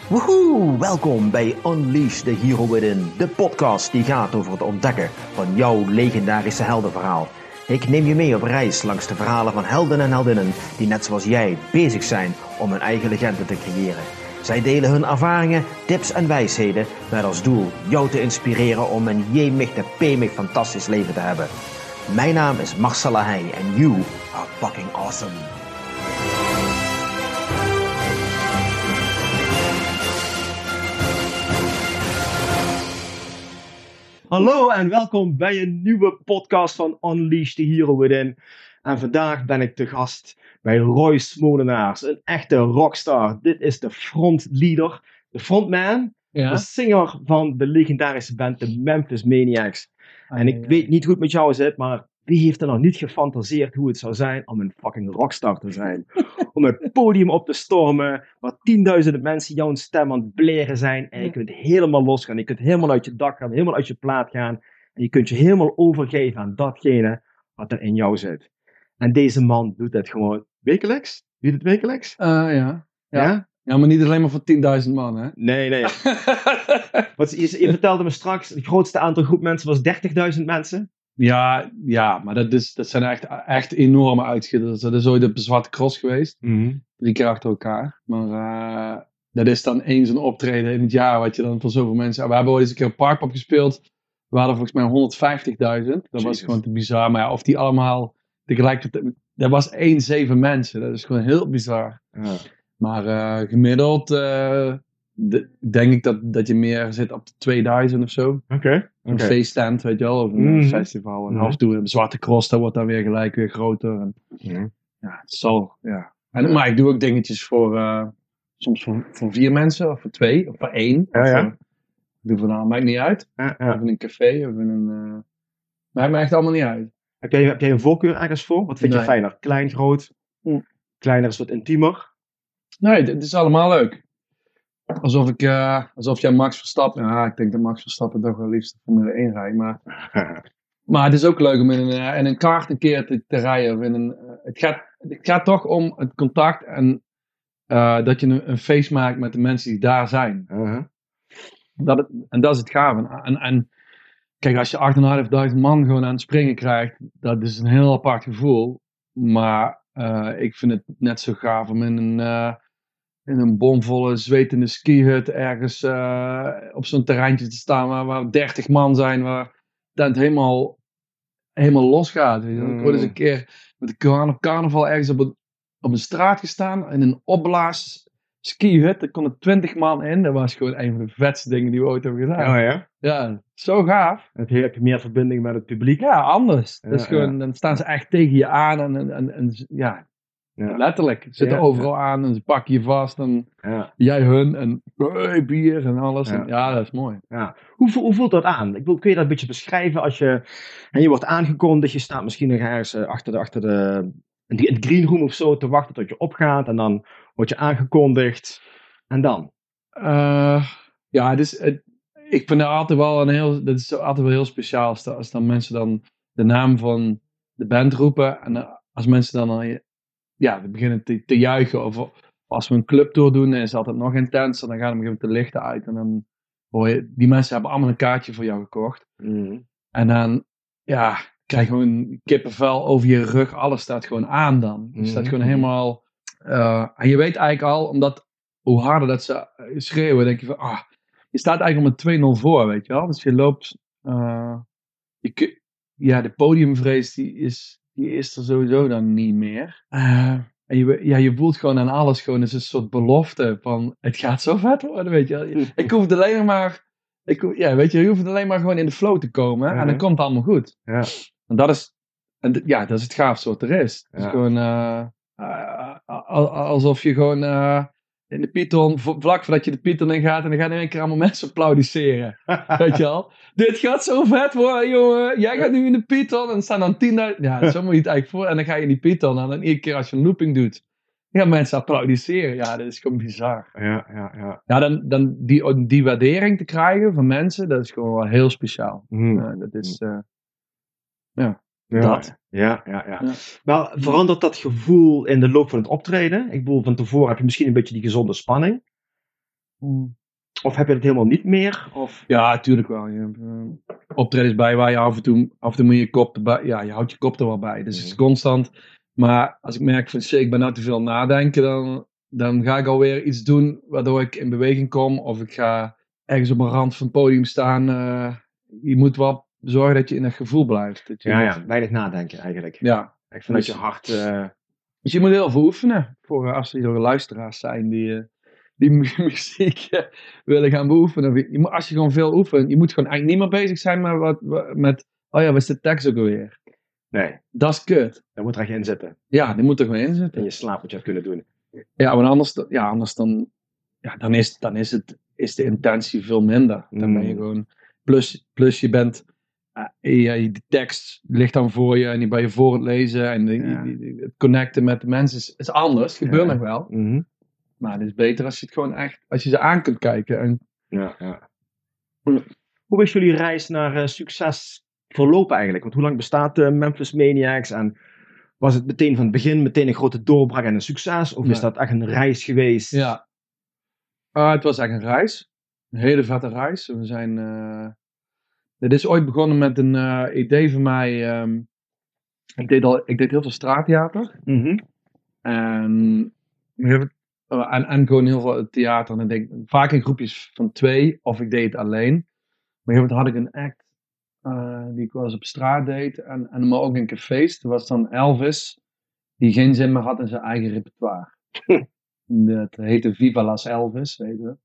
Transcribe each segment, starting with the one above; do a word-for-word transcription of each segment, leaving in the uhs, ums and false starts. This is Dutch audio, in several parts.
Woehoe, welkom bij Unleash the Hero Within, de podcast die gaat over het ontdekken van jouw legendarische heldenverhaal. Ik neem je mee op reis langs de verhalen van helden en heldinnen die net zoals jij bezig zijn om hun eigen legende te creëren. Zij delen hun ervaringen, tips en wijsheden met als doel jou te inspireren om een jemig de pemig fantastisch leven te hebben. Mijn naam is Marcel Lahey en you are fucking awesome. Hallo en welkom bij een nieuwe podcast van Unleash the Hero Within. En vandaag ben ik te gast bij Royce Molenaars, een echte rockstar. Dit is de frontleader, de frontman, Ja? de zanger van de legendarische band de Memphis Maniacs. Ah, en ik ja, ja. weet niet hoe het met jou zit, maar wie heeft er nog niet gefantaseerd hoe het zou zijn om een fucking rockstar te zijn? Om het podium op te stormen, waar tienduizenden mensen jouw stem aan het bleren zijn. En je kunt helemaal losgaan, je kunt helemaal uit je dak gaan, helemaal uit je plaat gaan. En je kunt je helemaal overgeven aan datgene wat er in jou zit. En deze man doet het gewoon wekelijks. Doet het wekelijks? Uh, ja. Ja. Ja? ja, maar niet alleen maar voor tienduizend man, hè? Nee, nee. Wat, je, je vertelde me straks, het grootste aantal groep mensen was dertigduizend mensen. ja, ja, maar dat, is, dat zijn echt, echt enorme uitschietters. Dat is ooit op de Zwarte Cross geweest. Mm-hmm. Drie keer achter elkaar. Maar uh, dat is dan eens een optreden in het jaar wat je dan voor zoveel mensen... We hebben ooit eens een keer op Parkpop gespeeld. We hadden volgens mij honderdvijftigduizend. Dat Jezus. was gewoon te bizar. Maar ja, of die allemaal tegelijkertijd... Dat was één zeven mensen. Dat is gewoon heel bizar. Ja. Maar uh, gemiddeld uh, de, denk ik dat, dat je meer zit op de tweeduizend of zo. Oké. Okay. Een Okay. feesttent, weet je wel, of een Mm-hmm. festival. En Mm-hmm. af en toe een Zwarte Cross, dat wordt dan weer gelijk weer groter. En, Mm-hmm. ja, het zal, ja. En, maar ik doe ook dingetjes voor, uh, soms voor, voor vier mensen, of voor twee, of voor één. Ja, of, ja. uh, ik doe van, maakt niet uit. Ja, ja. Of in een café, of in een... Uh, maakt me echt allemaal niet uit. Heb jij, heb jij een voorkeur ergens voor? Wat vind je Nee. fijner? Klein, groot? Mm. Kleiner is wat intiemer? Nee, het is allemaal leuk. Alsof ik, uh, alsof jij Max Verstappen, ja, ik denk dat Max Verstappen toch wel liefst Formule één rijdt, maar, maar het is ook leuk om in een, uh, in een kart een keer te, te rijden. Of in een, uh, het, gaat, het gaat toch om het contact en uh, dat je een, een feest maakt met de mensen die daar zijn. Uh-huh. Dat het, en dat is het gaaf. En, en kijk, als je achtduizend man gewoon aan het springen krijgt, dat is een heel apart gevoel. Maar uh, ik vind het net zo gaaf om in een... Uh, in een bomvolle, zwetende skihut ergens uh, op zo'n terreintje te staan waar, waar dertig man zijn, waar het helemaal, helemaal losgaat. Mm. Ik word eens een keer met de carna- carnaval ergens op een, op een straat gestaan, in een opblaas skihut. Daar konden twintig man in. Dat was gewoon een van de vetste dingen die we ooit hebben gedaan. Oh ja? Ja, zo gaaf. Heb je, heb je meer verbinding met het publiek? Ja, anders. Ja, dat is gewoon, ja. Dan staan ze echt tegen je aan en, en, en, en ja... Ja. Letterlijk. Ze zitten Ja, overal ja. aan en ze pakken je vast en Ja. jij hun en hey, bier en alles. Ja. En, ja, dat is mooi. Ja. Hoe, hoe voelt dat aan? Ik wil, kun je dat een beetje beschrijven als je, en je wordt aangekondigd, je staat misschien nog ergens uh, achter de, achter de in de green room of zo te wachten tot je opgaat en dan word je aangekondigd en dan? Uh, ja, dus, het, ik vind het altijd wel een heel, dat is altijd wel heel speciaal als, als dan mensen dan de naam van de band roepen en uh, als mensen dan al ja, we beginnen te, te juichen. Of als we een clubtour doen, dan is het altijd nog intenser. Dan gaan we met de lichten uit. En dan hoor je, die mensen hebben allemaal een kaartje voor jou gekocht. Mm. En dan, ja, krijg je gewoon kippenvel over je rug. Alles staat gewoon aan dan. Je staat gewoon helemaal... Uh, en je weet eigenlijk al, omdat hoe harder dat ze schreeuwen, denk je van, ah, je staat eigenlijk om een twee nul voor, weet je wel. Dus je loopt... Uh, je, ja, de podiumvrees, die is... Die is er sowieso dan niet meer. Uh, en je, ja, je voelt gewoon aan alles gewoon eens een soort belofte van het gaat zo vet worden, weet je. Ik hoef het alleen maar, ik, ja, weet je, je hoeft alleen maar gewoon in de flow te komen uh-huh. En dan komt het allemaal goed. Ja. En dat is, en ja, dat is het gaafste wat er is. Het is ja. gewoon uh, uh, alsof je gewoon uh, in de Python, vlak voordat je de Python in gaat en dan gaan in één keer allemaal mensen applaudisseren. Weet je al? Dit gaat zo vet worden, jongen. Jij gaat nu in de Python en er staan dan tienduizend... Ja, zo moet je het eigenlijk voor. En dan ga je in die Python en dan iedere keer als je een looping doet, gaan mensen applaudisseren. Ja, dat is gewoon bizar. Ja, ja, ja. Ja, dan, dan die, die waardering te krijgen van mensen, dat is gewoon wel heel speciaal. Mm. Uh, dat is... Uh, ja. Ja, dat. Ja, ja, ja, ja. Maar verandert dat gevoel in de loop van het optreden? Ik bedoel, van tevoren heb je misschien een beetje die gezonde spanning. Mm. Of heb je dat helemaal niet meer? Of... Ja, natuurlijk wel. Je hebt uh, optredens bij waar je af en toe, af en toe moet je kop erbij, ja, je houdt je kop er wel bij. Dus het is constant. Maar als ik merk van shit, ik ben nou te veel aan het nadenken, dan, dan ga ik alweer iets doen waardoor ik in beweging kom. Of ik ga ergens op een rand van het podium staan. Uh, je moet wel zorgen dat je in dat gevoel blijft. Dat je ja, moet, ja, weinig nadenken eigenlijk. Ja. Echt vanuit dus, je hart. Uh... Dus je moet heel veel oefenen. Voor als er luisteraars zijn die, uh, die muziek uh, willen gaan beoefenen. Je moet, als je gewoon veel oefent, je moet gewoon eigenlijk niet meer bezig zijn met, wat, met oh ja, wat is de tekst ook alweer? Nee. Dat is kut. Dat moet er echt in zitten. Ja, die moet er gewoon in zitten. En je slaap wat je hebt kunnen doen. Ja, want anders, ja, anders dan, ja, dan, is, dan is, het, is de intentie veel minder. Dan ben je gewoon, plus, plus je bent, uh, ja, die tekst ligt dan voor je en die ben je voor het lezen en die, ja. die, die, het connecten met de mensen is, is anders. Het gebeurt ja. nog wel. Mm-hmm. Maar het is beter als je het gewoon echt, als je ze aan kunt kijken. En... Ja, ja. Hoe is jullie reis naar uh, succes verlopen eigenlijk? Want hoe lang bestaat uh, Memphis Maniacs en was het meteen van het begin meteen een grote doorbraak en een succes? Of nee. is dat echt een reis geweest? Ja, uh, het was echt een reis. Een hele vette reis. We zijn, uh... dit is ooit begonnen met een uh, idee van mij. Um... Ik, deed al, ik deed heel veel straattheater. Mm-hmm. En, en, en gewoon heel veel theater. En ik denk, vaak in groepjes van twee, of ik deed het alleen. Maar op een gegeven moment had ik een act uh, die ik wel eens op straat deed. En, en maar ook in cafés. Dat was dan Elvis, die geen zin meer had in zijn eigen repertoire. Dat heette Viva Las Elvis, weet je.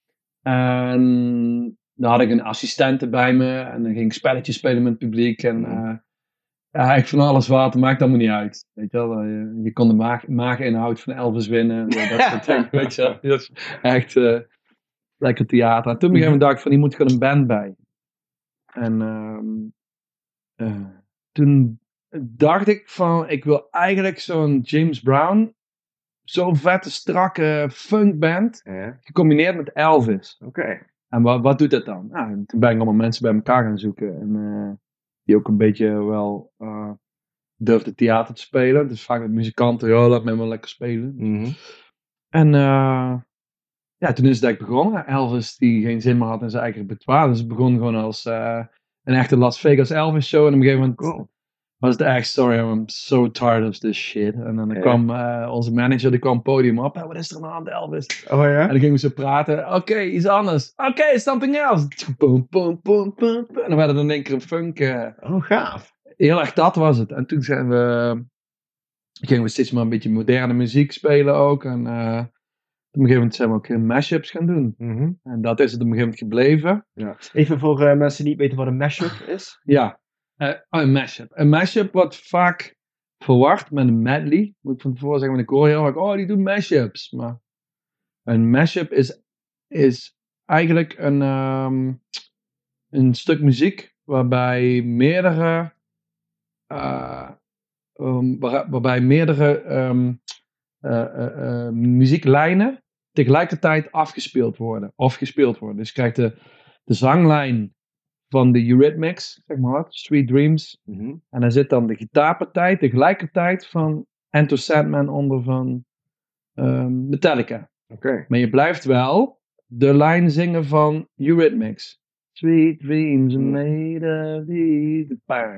En dan had ik een assistente bij me. En dan ging ik spelletjes spelen met het publiek. En uh, ja, ik van alles wat, maakt allemaal niet uit. Weet je wel, je, je kon de maag, maaginhoud van Elvis winnen. Dat soort dingen, weet je wel. Dat is echt uh, lekker theater. En toen op een gegeven moment dacht ik van, hier moet gewoon een band bij. En um, uh, toen dacht ik van, ik wil eigenlijk zo'n James Brown, zo'n vette, strakke funkband, ja. gecombineerd met Elvis. Oké. Okay. En wat, wat doet dat dan? Nou, toen ben ik allemaal mensen bij elkaar gaan zoeken. En uh, die ook een beetje wel uh, durfden theater te spelen. Dus vaak met muzikanten, ja, laat mij wel lekker spelen. Mm-hmm. En uh, ja, toen is het eigenlijk begonnen. Elvis die geen zin meer had in zijn eigen repertoire. Dus het begon gewoon als uh, een echte Las Vegas Elvis show. En op een gegeven moment cool. was het echt, sorry, I'm so tired of this shit. En dan ja. kwam uh, onze manager, die kwam het podium op. Hey, wat is er aan de hand, Elvis? Oh ja? En dan gingen we zo praten. Oké, okay, iets anders. Oké, okay, something else. Boom, boom, boom, boom. En dan werd het in één keer een funk. Uh, oh, gaaf. Heel erg dat was het. En toen zijn we, gingen we steeds maar een beetje moderne muziek spelen ook. En uh, op een gegeven moment zijn we ook mashups gaan doen. Mm-hmm. En dat is het op een gegeven moment gebleven. Ja. Even voor uh, mensen die niet weten wat een mashup is. Ja, uh, oh, een mashup. Een mashup wordt vaak verward met een medley. Moet ik van tevoren zeggen, want ik hoor heel vaak, oh die doen mashups. Maar een mashup is, is eigenlijk een, um, een stuk muziek waarbij meerdere... Uh, um, waar, waarbij meerdere um, uh, uh, uh, muzieklijnen tegelijkertijd afgespeeld worden of gespeeld worden. Dus je krijgt de, de zanglijn van de Eurythmics, zeg maar wat, Sweet Dreams. Mm-hmm. En daar zit dan de gitaarpartij tegelijkertijd van Enter Sandman onder van um, Metallica. Okay. Maar je blijft wel de lijn zingen van Eurythmics. Sweet dreams are made of these.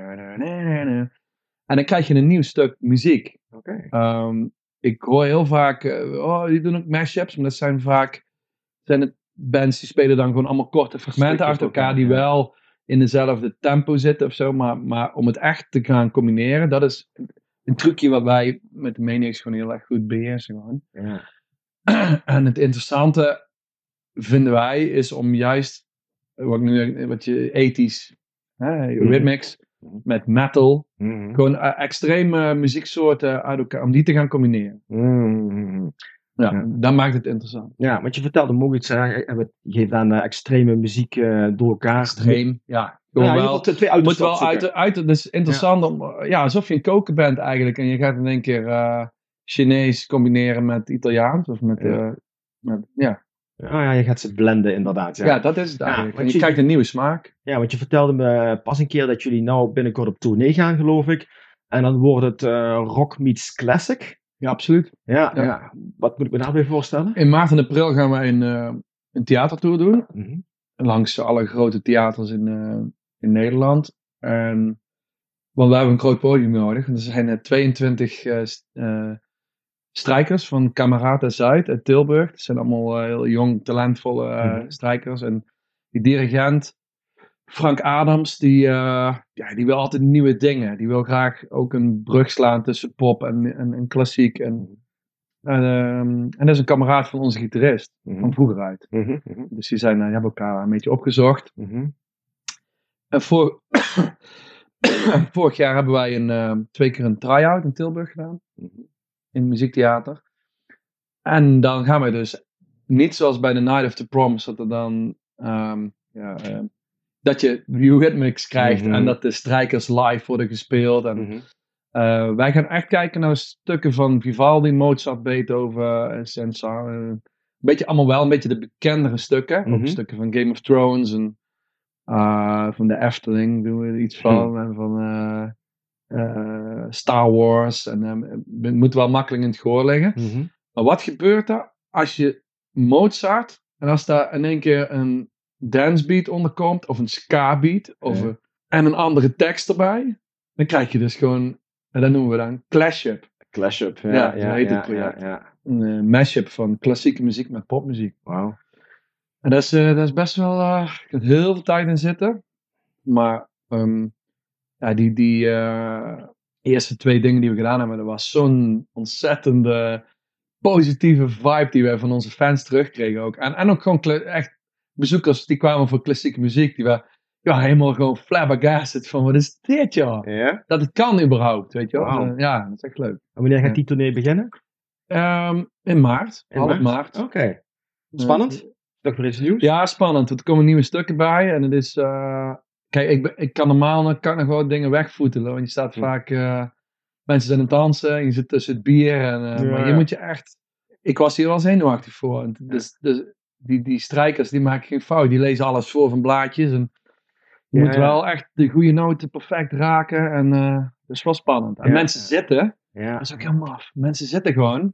En dan krijg je een nieuw stuk muziek. Okay. Um, ik hoor heel vaak, uh, oh, die doen ook mashups, maar dat zijn vaak zijn het bands die spelen dan gewoon allemaal korte fragmenten Stukjes achter elkaar, die ja. wel in dezelfde tempo zitten of zo, maar, maar om het echt te gaan combineren, dat is een trucje wat wij met de Maniacs gewoon heel erg goed beheersen. Gewoon. Ja. En het interessante vinden wij is om juist wat, nu, wat je ethisch, Eurythmics, mm-hmm. met metal, mm-hmm. gewoon uh, extreme muzieksoorten uit elkaar, om die te gaan combineren. Mm-hmm. Ja, ja, dat maakt het interessant. Ja, want je vertelde, mogen iets zeggen, je geeft aan uh, extreme muziek uh, door elkaar. Extreem, ja. Gewoon ja, wel, twee uit moet wel uit, uit, het is interessant ja. om, ja, alsof je een koken bent eigenlijk en je gaat in één keer uh, Chinees combineren met Italiaans of met, ja. Uh, met ja. Ja, ja, je gaat ze blenden inderdaad. Ja, ja dat is het eigenlijk. Ja, en je, je krijgt een nieuwe smaak. Ja, want je vertelde me pas een keer dat jullie nou binnenkort op tournee gaan, geloof ik. En dan wordt het uh, Rock Meets Classic. Ja, absoluut. Ja, ja. ja, wat moet ik me daarbij voorstellen? In maart en april gaan wij in, uh, een theatertour doen. Mm-hmm. Langs alle grote theaters in, uh, in Nederland. En, want we hebben een groot podium nodig. En er zijn uh, tweeëntwintig uh, st- uh, strijkers van Camerata Zuid uit Tilburg. Dat zijn allemaal uh, heel jong, talentvolle uh, Mm-hmm. strijkers. En die dirigent, Frank Adams, die, uh, ja, die wil altijd nieuwe dingen. Die wil graag ook een brug slaan tussen pop en, en, en klassiek. En, en, um, en dat is een kameraad van onze gitarist. Mm-hmm. Van vroeger uit. Mm-hmm. Mm-hmm. Dus die, zijn, uh, die hebben elkaar een beetje opgezocht. Mm-hmm. En voor, vorig jaar hebben wij een, uh, twee keer een try-out in Tilburg gedaan. Mm-hmm. In het muziektheater. En dan gaan we dus niet zoals bij de Night of the Proms. Dat er dan... Um, ja, uh, dat je Eurythmics krijgt Mm-hmm. en dat de strijkers live worden gespeeld. En, Mm-hmm. uh, wij gaan echt kijken naar stukken van Vivaldi, Mozart, Beethoven en Saint-Saëns. Een beetje allemaal wel een beetje de bekendere stukken. Mm-hmm. Ook stukken van Game of Thrones en uh, van de Efteling doen we er iets van. Mm. En van uh, uh, Star Wars. En uh, het moet wel makkelijk in het gehoor liggen. Mm-hmm. Maar wat gebeurt er als je Mozart en als daar in één keer een dancebeat onderkomt, of een ska-beat, of Ja. een, en een andere tekst erbij, dan krijg je dus gewoon, en dat noemen we dan clash-up. Clash-up, ja. Ja, ja, zo heet ja, het project. Ja, ja. Een uh, mashup van klassieke muziek met popmuziek. Wauw. En dat is, uh, dat is best wel, uh, er gaat heel veel tijd in zitten, maar um, ja, die, die uh, eerste twee dingen die we gedaan hebben, dat was zo'n ontzettende positieve vibe die wij van onze fans terugkregen ook. En, en ook gewoon kle- echt bezoekers die kwamen voor klassieke muziek, die waren ja, helemaal gewoon flabbergasted van wat is dit joh? Ja? Dat het kan überhaupt, weet je wel. Wauw. Uh, ja, dat is echt leuk. En wanneer gaat Ja. die tournee beginnen? Um, in maart, In half maart? maart. Oké. Okay. Spannend? Uh, Toch nog iets nieuws? ja, spannend. Er komen nieuwe stukken bij en het is... Uh, kijk, ik, ik kan normaal kan nog wel dingen wegvoetelen, want je staat Hm. vaak... Uh, mensen zijn aan het dansen en je zit tussen het bier en... Uh, Ja. Maar je moet je echt... Ik was hier wel zenuwachtig voor. En dus, dus die, die strijkers, die maken geen fout. Die lezen alles voor van blaadjes. En je Ja, moet ja. wel echt de goede noten perfect raken. En uh, dat is wel spannend. En Ja. mensen zitten. Ja. Dat is ook heel maf. Mensen zitten gewoon.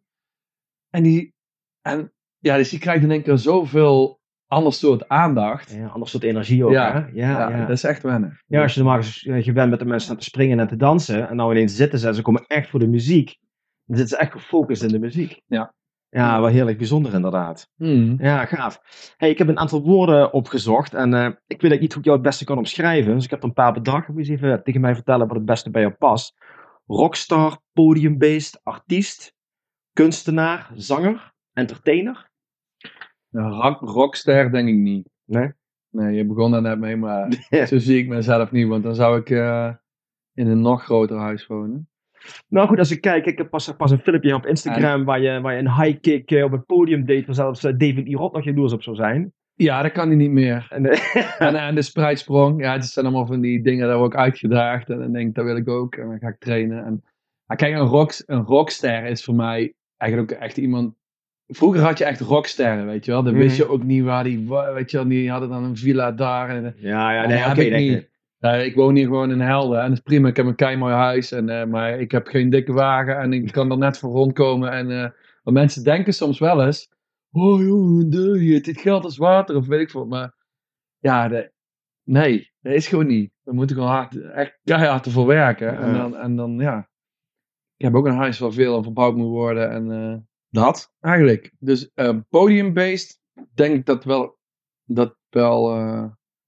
En die... En ja, dus die krijgt in één keer zoveel ander soort aandacht. Ja, ander soort energie ook, Ja. hè? Ja, Ja, ja. dat is echt wennen. Ja, als je normaal ges- gewend met de mensen aan te springen en te dansen, en nou ineens zitten ze en ze komen echt voor de muziek, dan zitten ze echt gefocust in de muziek. Ja. Ja, wel heel erg bijzonder inderdaad. Hmm. Ja, gaaf. Hey, ik heb een aantal woorden opgezocht en uh, ik weet niet hoe ik jou het beste kan omschrijven, dus ik heb er een paar bedacht. Moet je eens even tegen mij vertellen wat het beste bij jou past. Rockstar, podiumbeest, artiest, kunstenaar, zanger, entertainer? Ja, rock, rockster denk ik niet. Nee? Nee, je begon daar net mee, maar zo zie ik mezelf niet, want dan zou ik uh, in een nog groter huis wonen. Nou goed, als ik kijk, ik heb pas, pas een filmpje op Instagram En... waar, je, waar je een high kick uh, op het podium deed, waar zelfs uh, David E. Roth nog jaloers op zou zijn. Ja, dat kan hij niet meer. En, uh, en, en de spreidsprong, ja, het zijn allemaal van die dingen, daar word ik uitgedaagd en dan denk ik, dat wil ik ook en dan ga ik trainen. En, maar kijk, een, rock, een rockster is voor mij eigenlijk ook echt iemand. Vroeger had je echt rocksterren, weet je wel. Dan wist je ook niet waar die, weet je wel, die hadden dan een villa daar. En, ja, ja, en nee, oké, okay, ik niet. Ja, ik woon hier gewoon in Helden en dat is prima. Ik heb een keimooi huis, en, uh, maar ik heb geen dikke wagen en ik kan er net voor rondkomen. En uh, maar mensen denken soms wel eens, oh joh, dit geld is water of weet ik veel. Maar ja, de, nee, dat is gewoon niet. We moeten gewoon hard, echt keihard ervoor werken. Ja. En, dan, en dan, ja. Ik heb ook een huis waar veel aan verbouwd moet worden en... Uh, Dat, eigenlijk. Dus uh, podium-based, denk ik dat wel, dat wel uh,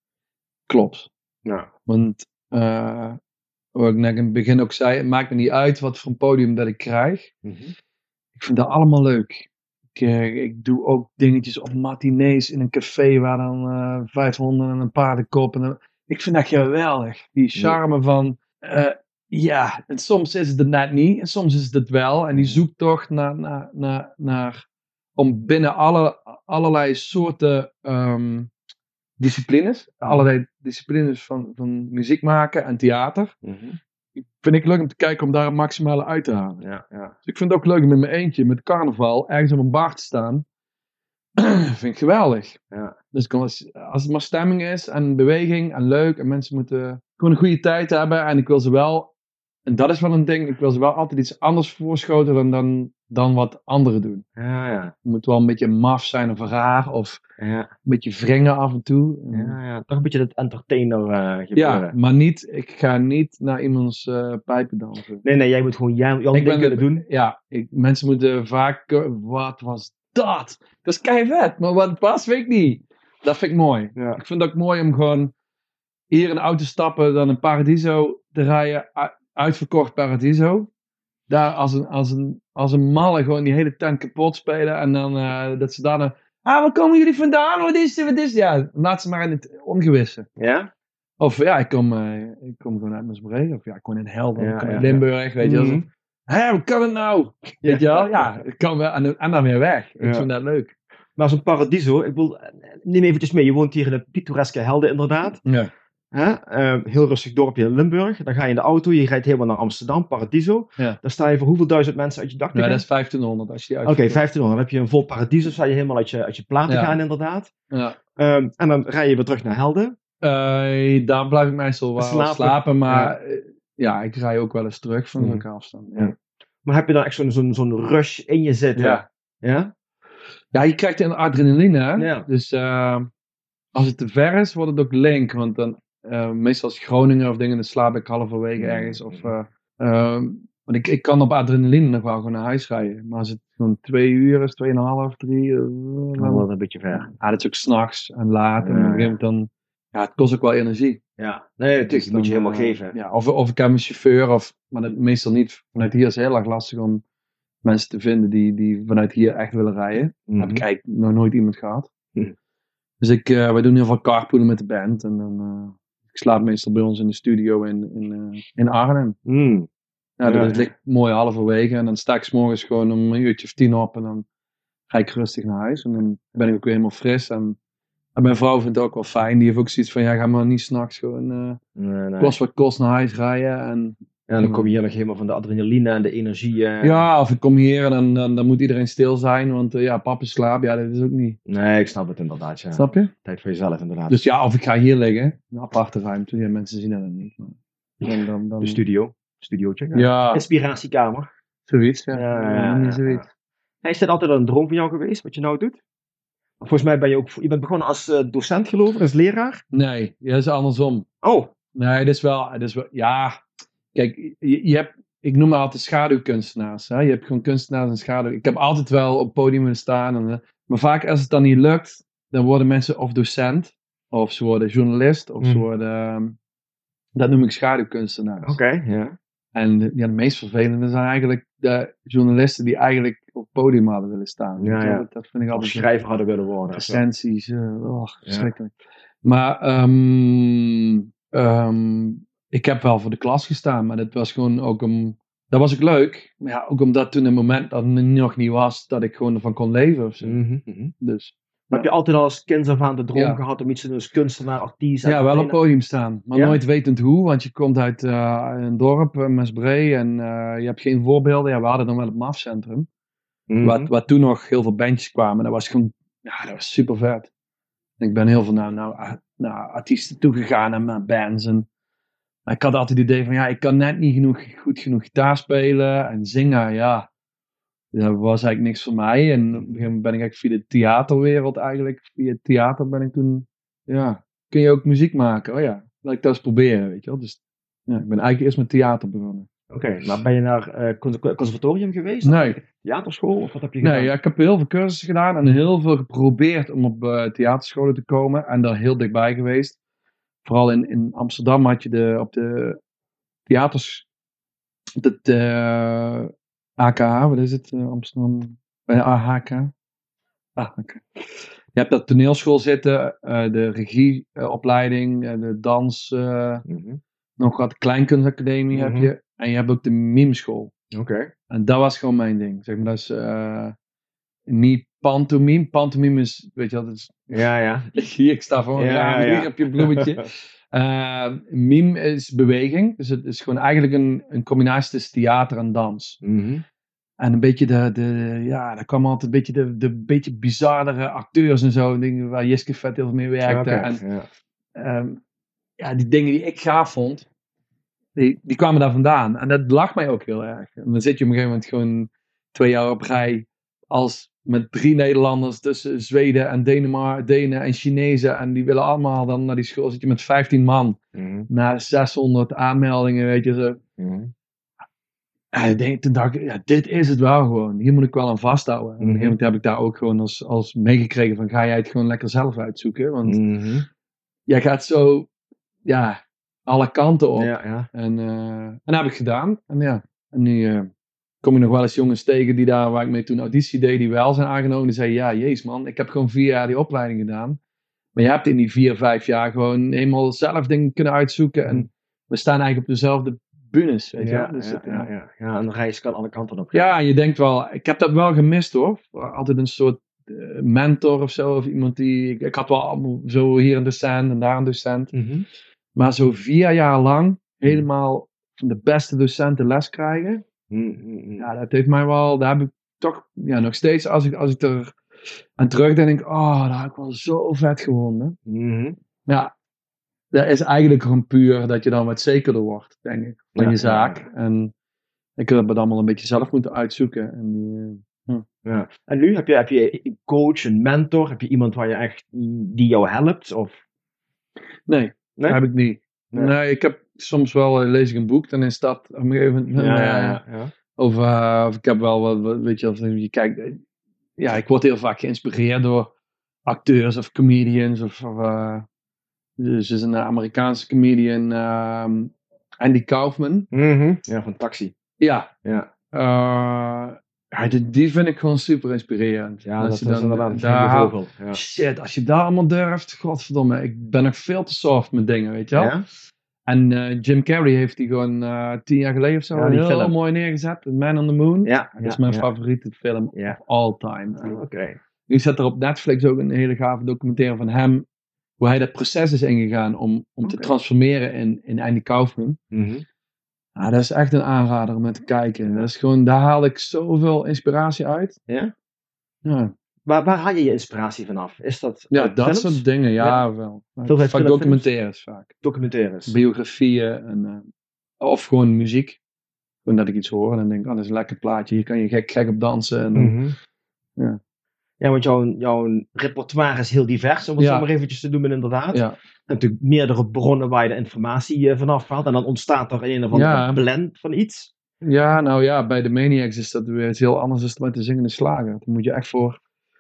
klopt. Ja. Want, uh, wat ik net in het begin ook zei, het maakt me niet uit wat voor een podium dat ik krijg. Mm-hmm. Ik vind dat allemaal leuk. Ik, uh, ik doe ook dingetjes op matinees in een café waar dan uh, vijfhonderd en een paardenkop. En dan, ik vind dat geweldig. Die charme van... Uh, Ja, en soms is het het net niet, en soms is het het wel. En die zoekt toch naar, naar, naar, naar om binnen alle, allerlei soorten um, disciplines, allerlei disciplines van, van muziek maken en theater. Mm-hmm. Vind ik leuk om te kijken om daar het maximale uit te halen. Ja, ja. Dus ik vind het ook leuk om met mijn eentje, met carnaval, ergens op een bar te staan. Vind ik geweldig. Ja. Dus als, als het maar stemming is en beweging en leuk en mensen moeten gewoon een goede tijd hebben en ik wil ze wel en dat is wel een ding, ik wil ze wel altijd iets anders voorschoten dan, dan, dan wat anderen doen. Ja, ja. Het moet wel een beetje maf zijn of raar, of Ja, een beetje wringen af en toe. ja, ja. Toch een beetje dat entertainer uh, gebeuren. Ja, maar niet, ik ga niet naar iemands uh, pijpen dansen. Nee, nee, jij moet gewoon jouw ding ben, kunnen doen. Ja, ik, mensen moeten vaak, uh, wat was dat? Dat is keivet, maar wat het was, weet ik niet. Dat vind ik mooi. Ja. Ik vind het ook mooi om gewoon hier in de auto stappen, dan een Paradiso te rijden, uitverkocht Paradiso. Daar als een, als een, als een malle gewoon die hele tent kapot spelen. En dan uh, dat ze dan, uh, ah, waar komen jullie vandaan? Wat is dit? Wat is dit? Ja, laat ze maar in het ongewisse. Ja? Of ja, ik kom, uh, ik kom gewoon uit Maasbree. Of ja, ik kom in Helden, ja, ik kom ja, in Limburg, ja. weet je wel. Mm-hmm. Hé, hoe kan het nou? Weet je wel? Ja, ik kan wel. En, en dan weer weg. Ik ja. vind dat leuk. Maar zo'n Paradiso, ik wil, neem eventjes mee. Je woont hier in de pittoreske Helden inderdaad. Ja. Hè? Uh, heel rustig dorpje in Limburg. Dan ga je in de auto, je rijdt helemaal naar Amsterdam, Paradiso. Ja. Dan sta je voor hoeveel duizend mensen uit je dak te Ja, gaan? dat is vijftienhonderd als je die Oké, okay, vijftienhonderd. Dan heb je een vol Paradiso, sta je helemaal uit je, uit je platen ja. gaan inderdaad. Ja. Um, en dan rij je weer terug naar Helden. Uh, daar blijf ik meestal wel slapen, slapen maar ja. ja, ik rij ook wel eens terug van zulke mm. afstand. Ja. Ja. Maar heb je dan echt zo'n, zo'n, zo'n rush in je zitten? Ja. Ja? Ja, je krijgt een adrenaline. Hè? Ja. Dus uh, als het te ver is, wordt het ook link. Want dan, uh, meestal als Groningen of dingen, dan slaap ik halverwege ergens. Of, uh, uh, want ik, ik kan op adrenaline nog wel gewoon naar huis rijden. Maar als het gewoon twee uur is, tweeënhalf, drie... Uh, dan wordt het een beetje ver. Ja, dat is ook s'nachts en laat. En ja, ja. dan... Ja, het kost ook wel energie. Ja, nee, natuurlijk, dus moet je helemaal uh, geven. Ja, of, of ik heb een chauffeur, of, maar dat, meestal niet. Vanuit hier is het heel erg lastig om mensen te vinden die, die vanuit hier echt willen rijden. Mm-hmm. Heb ik eigenlijk nog nooit iemand gehad. Mm. Dus ik, uh, wij doen heel veel carpoolen met de band. En dan, uh, ik slaap meestal bij ons in de studio in, in, uh, in Arnhem. Mm. Ja, dat ja, ligt mooi halverwege. En dan sta ik 's morgens gewoon om een uurtje of tien op. En dan ga ik rustig naar huis. En dan ben ik ook weer helemaal fris. En En mijn vrouw vindt het ook wel fijn. Die heeft ook zoiets van, ja, ga maar niet s'nachts gewoon uh, nee, nee. kost wat kost naar huis rijden. En, ja, dan kom je hier nog helemaal van de adrenaline en de energie. Uh... Ja, of ik kom hier en dan, dan, dan moet iedereen stil zijn. Want uh, ja, papa slaapt. Ja, dat is ook niet. Nee, ik snap het inderdaad. Ja. Snap je? Tijd voor jezelf inderdaad. Dus ja, of ik ga hier liggen. Een aparte ruimte. Ja, mensen zien dat niet. Maar dan, dan, dan... De studio. Studiootje. Ja. ja. Inspiratiekamer. Zoiets, ja. ja, ja, ja, ja niet zoiets. Ja. Hey, is dit altijd een droom van jou geweest, wat je nou doet? Volgens mij ben je ook, je bent begonnen als uh, docent geloof ik, als leraar? Nee, dat is andersom. Oh. Nee, dat is wel, dat is wel ja. Kijk, je, je hebt, ik noem me altijd schaduwkunstenaars. Hè? Je hebt gewoon kunstenaars en schaduw. Ik heb altijd wel op podium staan. En, uh, maar vaak als het dan niet lukt, dan worden mensen of docent, of ze worden journalist, of mm. ze worden, um, dat noem ik schaduwkunstenaars. Oké, okay, ja. Yeah. En de, ja, de meest vervelende zijn eigenlijk de journalisten die eigenlijk op het podium hadden willen staan. Ja, ja. Dat, dat vind ik altijd... Of schrijver hadden willen worden. Recensies, uh, oh, verschrikkelijk. Ja. Maar um, um, ik heb wel voor de klas gestaan, maar dat was gewoon ook een... Dat was ook leuk, maar ja, ook omdat toen een moment dat het nog niet was, dat ik gewoon ervan kon leven of zo. Mm-hmm, mm-hmm. Dus... Maar heb je altijd al als kind af aan de droom ja. gehad om iets te doen als kunstenaar, artiest? Ja, wel op het podium staan. Maar ja? nooit wetend hoe, want je komt uit uh, een dorp, uh, Maasbree, en uh, je hebt geen voorbeelden. Ja, we hadden dan wel het M A F-centrum, mm-hmm. waar, waar toen nog heel veel bandjes kwamen. Dat was gewoon, ja, dat was super vet. En ik ben heel veel naar, naar, naar artiesten toegegaan en naar bands. En, maar ik had altijd het idee van, ja, ik kan net niet genoeg, goed genoeg gitaar spelen en zingen, ja. Dat was eigenlijk niks voor mij. En op een gegeven moment ben ik eigenlijk via de theaterwereld eigenlijk. Via het theater ben ik toen... Ja, kun je ook muziek maken? Oh ja, laat ik dat eens proberen, weet je wel. Dus ja, ik ben eigenlijk eerst met theater begonnen. Oké, okay, maar ben je naar uh, conservatorium geweest? Nee. Theaterschool? Of wat heb je gedaan? Nee, ja, ik heb heel veel cursussen gedaan. En heel veel geprobeerd om op uh, theaterscholen te komen. En daar heel dichtbij geweest. Vooral in, in Amsterdam had je de, op de theaters... De... Uh, A K H, wat is het? Uh, Amsterdam. Bij de A H K. Ah, oké. Okay. Je hebt dat toneelschool zitten, uh, de regieopleiding, uh, de dans, uh, mm-hmm. nog wat kleinkunstacademie mm-hmm. heb je. En je hebt ook de mimeschool. Oké. Okay. En dat was gewoon mijn ding. Zeg maar, dat is uh, niet pantomime. Pantomime is, weet je wat, dat is... Ja, ja. Hier, ik sta voor een ja, raam, ja. hier heb je een bloemetje. Uh, mime is beweging, dus het is gewoon eigenlijk een, een combinatie tussen theater en dans. Mm-hmm. En een beetje de, de ja, daar kwamen altijd een beetje de, de beetje bizarre acteurs en zo, dingen waar Jiske Vet heel veel mee werkte. Okay, en ja. Um, ja, die dingen die ik gaaf vond, die, die kwamen daar vandaan. En dat lag mij ook heel erg. En dan zit je op een gegeven moment gewoon twee jaar op rij als met drie Nederlanders tussen Zweden en Denemarken, Denen en Chinezen. En die willen allemaal dan naar die school. Zit je met vijftien man. Mm-hmm. Na zeshonderd aanmeldingen, weet je zo. Mm-hmm. En ik denk, toen dacht ik, ja, dit is het wel gewoon. Hier moet ik wel aan vasthouden. En op een gegeven moment heb ik daar ook gewoon als, als meegekregen van, ga jij het gewoon lekker zelf uitzoeken. Want Mm-hmm. jij gaat zo, ja, alle kanten op. Ja, ja. En, uh, en dat heb ik gedaan. En ja, en nu uh, kom je nog wel eens jongens tegen die daar, waar ik mee toen auditie deed, die wel zijn aangenomen. Die zeiden, ja, jezus man, ik heb gewoon vier jaar die opleiding gedaan. Maar je hebt in die vier, vijf jaar gewoon helemaal zelf dingen kunnen uitzoeken. En we staan eigenlijk op dezelfde bühnes, weet je Ja, wel. Dus ja, het, ja, ja. Ja, een reis kan alle kanten op. ja, en je denkt wel, ik heb dat wel gemist hoor. Altijd een soort uh, mentor of zo, of iemand die, ik, ik had wel allemaal zo hier een docent en daar een docent. Mm-hmm. Maar zo vier jaar lang helemaal van de beste docenten les krijgen. Mm-hmm. Ja, dat heeft mij wel, daar heb ik toch, ja, nog steeds als ik, als ik er aan terug denk, ik, oh, daar heb ik wel zo vet gewonnen. Mm-hmm. Ja, dat is eigenlijk gewoon puur dat je dan wat zekerder wordt, denk ik, van Ja, je zaak. ja, ja. En ik heb het allemaal een beetje zelf moeten uitzoeken. En die, uh, ja. En nu heb je, heb je een coach, een mentor, heb je iemand waar je echt, die jou helpt? Of? Nee, Nee? dat heb ik niet. Nee. Nee, ik heb soms wel, uh, lees ik een boek, dan is dat op een gegeven moment, Ja, uh, ja, ja, ja. Of, uh, of ik heb wel wat, wat weet je, of je kijkt, ja, ik word heel vaak geïnspireerd door acteurs of comedians of, of uh, dus is een Amerikaanse comedian, uh, Andy Kaufman. Mm-hmm. Ja, van Taxi. Ja. Ja. Uh, ja, die, die vind ik gewoon super inspirerend. Ja, als dat je is dan, inderdaad een daar, vreemde vogel. Ja. Shit, als je daar allemaal durft, godverdomme, ik ben nog veel te soft met dingen, weet je wel. Ja? En uh, Jim Carrey heeft die gewoon uh, tien jaar geleden of zo Ja, die heel film. mooi neergezet. Man on the Moon. Ja, Dat is ja, mijn ja. favoriete film Ja. of all time. Oké. Okay. Nu zit er op Netflix ook een hele gave documentaire van hem. Hoe hij dat proces is ingegaan om, om Okay. te transformeren in, in Andy Kaufman. Mm-hmm. Ah, dat is echt een aanrader om naar te kijken. Dat is gewoon, daar haal ik zoveel inspiratie uit. Ja? Ja, Waar, waar haal je je inspiratie vanaf? Is dat ja uit dat films? soort dingen. Ja, Ja? wel. Veel uit Vaak films? documentaires vaak. Documentaires. Biografieën. En, uh, of gewoon muziek. Gewoon dat ik iets hoor en dan denk ik, oh, dat is een lekker plaatje. Hier kan je gek, gek op dansen. En dan, Mm-hmm. ja. Ja, want jouw, jouw repertoire is heel divers, om het Ja. zo maar eventjes te doen, inderdaad. Ja. Je hebt natuurlijk meerdere bronnen waar je de informatie uh, vanaf haalt. En dan ontstaat er een of andere Ja. blend van iets. Ja, nou ja, bij de Maniacs is dat weer iets heel anders dan met de zingende slager. Dan moet je echt voor,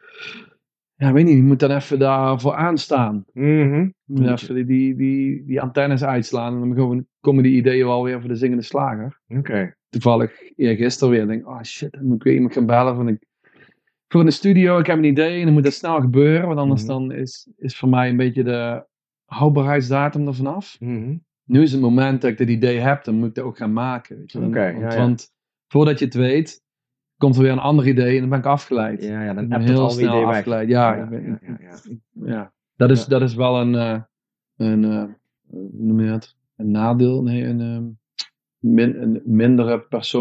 ja, weet niet, je moet dan even daarvoor aanstaan. Mm-hmm. Je moet even die, die, die, die antennes uitslaan en dan gewoon komen die ideeën wel weer voor de zingende slager. Oké. Okay. Toevallig eergisteren weer, denk ik, oh shit, dan moet ik weer iemand gaan bellen van ik, voor de studio, ik heb een idee en dan moet dat snel gebeuren, want anders Mm-hmm. dan is, is voor mij een beetje de houdbaarheidsdatum er vanaf. Mm-hmm. Nu is het moment dat ik dit idee heb, dan moet ik dat ook gaan maken. Weet je? Oké, okay, want, ja, ja. want voordat je het weet, komt er weer een ander idee en dan ben ik afgeleid. Ja, ja, dan ik heb ben je het heel alweer snel idee weg. afgeleid. Ja, Ja, ik ben, ja, ja, ja. ik- ja. Dat, is, Ja. dat is wel een, uh, een uh, hoe noem je dat? Een nadeel, nee, een, um, min, een mindere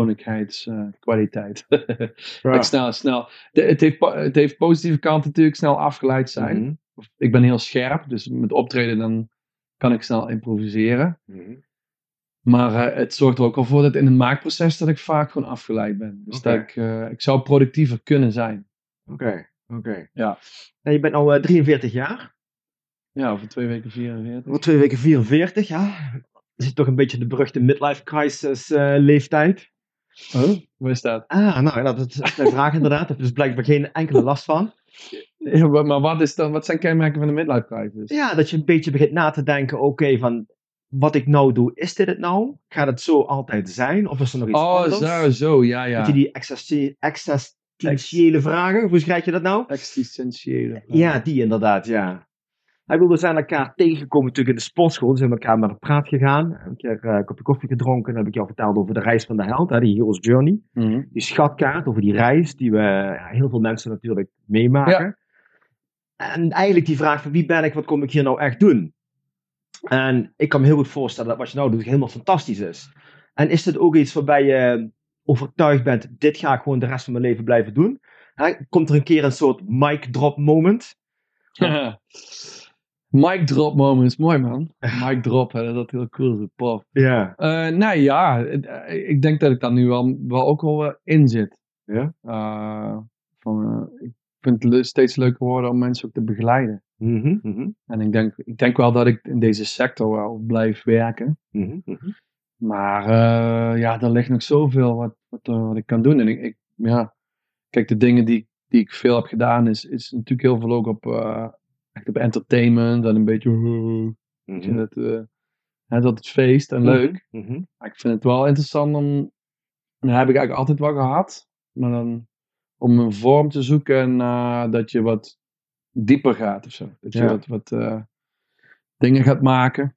persoonlijkheidskwaliteit. Uh, Ja. ik snel, snel, de, het, heeft, po- het heeft positieve kanten natuurlijk, snel afgeleid zijn. Mm-hmm. Ik ben heel scherp, dus met optreden dan kan ik snel improviseren. Mm-hmm. Maar uh, het zorgt er ook al voor dat in het maakproces dat ik vaak gewoon afgeleid ben. Dus Oké. dat ik, uh, ik zou productiever kunnen zijn. Oké, okay, oké. Okay. Ja. En je bent nu uh, drieënveertig jaar. Ja, over twee weken vierenveertig. Over twee weken vierenveertig, ja. Je zit toch een beetje de beruchte midlife crisis uh, leeftijd. Oh, waar is dat? Ah, nou ja, dat is mijn vraag inderdaad. Daar heb je dus blijkbaar geen enkele last van. Ja, maar wat, is dan, wat zijn kenmerken van de midlife crisis? Ja, dat je een beetje begint na te denken, oké, okay, van wat ik nou doe, is dit het nou? Gaat het zo altijd zijn? Of is er nog iets oh, anders? zo, zo, ja, ja. Weet je die existentie- existentiële vragen? Hoe schrijf je dat nou? Existentiële. Ja, die inderdaad, ja. Hij wilde zijn elkaar tegengekomen natuurlijk in de sportschool. Dus zijn we elkaar met een praat gegaan. Een keer uh, een kopje koffie gedronken. En heb ik jou verteld over de reis van de held. Hè, die Hero's Journey. Mm-hmm. Die schatkaart over die reis. Die we, ja, heel veel mensen natuurlijk meemaken. Ja. En eigenlijk die vraag van wie ben ik? Wat kom ik hier nou echt doen? En ik kan me heel goed voorstellen dat wat je nou doet helemaal fantastisch is. En is dit ook iets waarbij je overtuigd bent. Dit ga ik gewoon de rest van mijn leven blijven doen? Hè, komt er een keer een soort mic drop moment? Mic drop moments, mooi man. Mic drop, hè, dat is heel cool. Zo, paf. Ja. Uh, nee, ja, uh, ik denk dat ik daar nu wel, wel ook wel uh, in zit. Ja? Uh, van, uh, ik vind het le- steeds leuker worden om mensen ook te begeleiden. Mm-hmm, mm-hmm. En ik denk, ik denk wel dat ik in deze sector wel blijf werken. Mm-hmm, mm-hmm. Maar uh, ja, er ligt nog zoveel wat, wat, uh, wat ik kan doen. En ik, ik, ja, kijk, de dingen die, die ik veel heb gedaan, is, is natuurlijk heel veel ook op, uh, echt op entertainment en een beetje, uh, Mm-hmm. weet je, dat, uh, hè, dat is feest en leuk. Mm-hmm. Maar ik vind het wel interessant om, dat heb ik eigenlijk altijd wel gehad, maar dan om een vorm te zoeken naar dat je wat dieper gaat of zo. Dat je Ja. wat, wat uh, dingen gaat maken.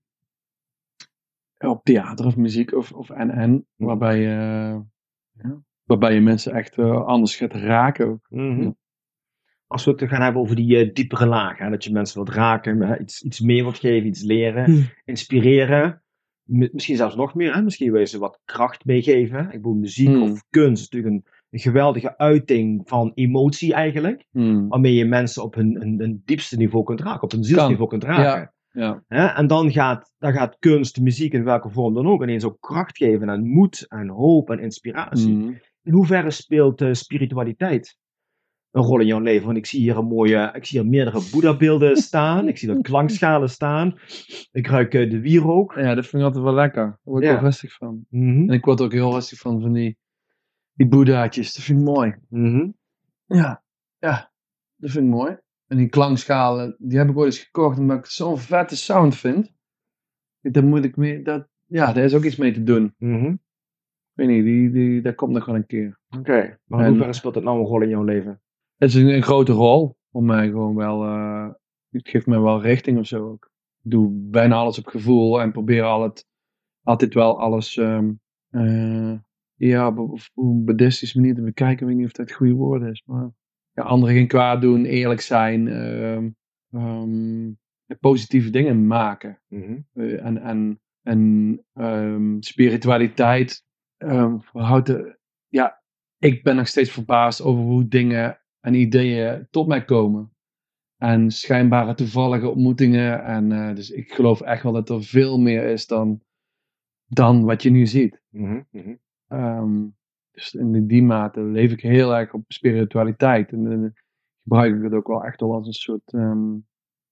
Op theater of muziek of, of en en. Waarbij je, ja, waarbij je mensen echt uh, anders gaat raken ook. Mm-hmm. Ja. Als we het gaan hebben over die uh, diepere lagen, hè, dat je mensen wilt raken, hè, iets, iets meer wilt geven, iets leren, Hm. inspireren. M- misschien zelfs nog meer, hè? Misschien wil je ze wat kracht meegeven. Ik bedoel, muziek Hmm. of kunst is natuurlijk een, een geweldige uiting van emotie eigenlijk. Hmm. Waarmee je mensen op hun, hun, hun diepste niveau kunt raken, op hun zielsniveau kunt raken. Ja. Hè? En dan gaat, dan gaat kunst, muziek in welke vorm dan ook ineens ook kracht geven en moed en hoop en inspiratie. Hmm. In hoeverre speelt uh, spiritualiteit een rol in jouw leven? Want ik zie hier een mooie, ik zie hier meerdere Boeddha-beelden staan. Ik zie er klankschalen staan. Ik ruik uh, de wierook. Ja, dat vind ik altijd wel lekker. Daar word ik Ja. wel rustig van. Mm-hmm. En ik word ook heel rustig van, van die, die boeddhaatjes. Dat vind ik mooi. Mm-hmm. Ja, ja, dat vind ik mooi. En die klankschalen, die heb ik ooit eens gekocht omdat ik het zo'n vette sound vind. Daar moet ik mee, dat, ja, daar is ook iets mee te doen. Mm-hmm. Ik weet niet, die, die, dat komt nog wel een keer. Oké, okay. Maar in En- hoeverre speelt dat nou een rol in jouw leven? Het is een, een grote rol om mij gewoon wel, uh, het geeft mij wel richting of zo ook. Ik doe bijna alles op gevoel en probeer altijd, altijd wel alles, um, uh, ja, op, op een boeddhistische manier te bekijken. Ik weet niet of dat het goede woord is, maar ja, anderen geen kwaad doen, eerlijk zijn, um, um, positieve dingen maken. Mm-hmm. Uh, en en, en um, spiritualiteit um, houdt de, ja, ik ben nog steeds verbaasd over hoe dingen en ideeën tot mij komen. En schijnbare toevallige ontmoetingen. En uh, dus ik geloof echt wel dat er veel meer is dan, dan wat je nu ziet. Mm-hmm. Mm-hmm. Um, dus in die mate leef ik heel erg op spiritualiteit. En uh, gebruik ik het ook wel echt wel als een soort um,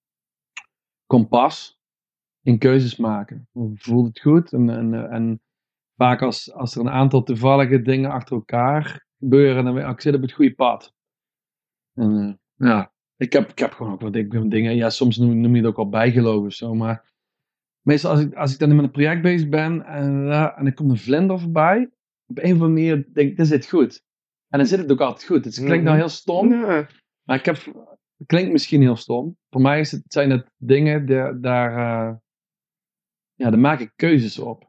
kompas in keuzes maken. Voelt het goed? En, en, en vaak als, als er een aantal toevallige dingen achter elkaar gebeuren, dan weet ik, ik zit op het goede pad. En uh, ja, ik heb, ik heb gewoon ook wat dingen. Ja, soms noem, noem je het ook al bijgeloof of zo, maar meestal als ik, als ik dan met een project bezig ben en, uh, en er komt een vlinder voorbij, op een of andere manier denk ik, dit zit goed. En dan zit het ook altijd goed. Het klinkt nou heel stom, Ja. maar ik heb, het klinkt misschien heel stom. Voor mij is het, zijn het dingen, de, daar, uh, ja, daar maak ik keuzes op.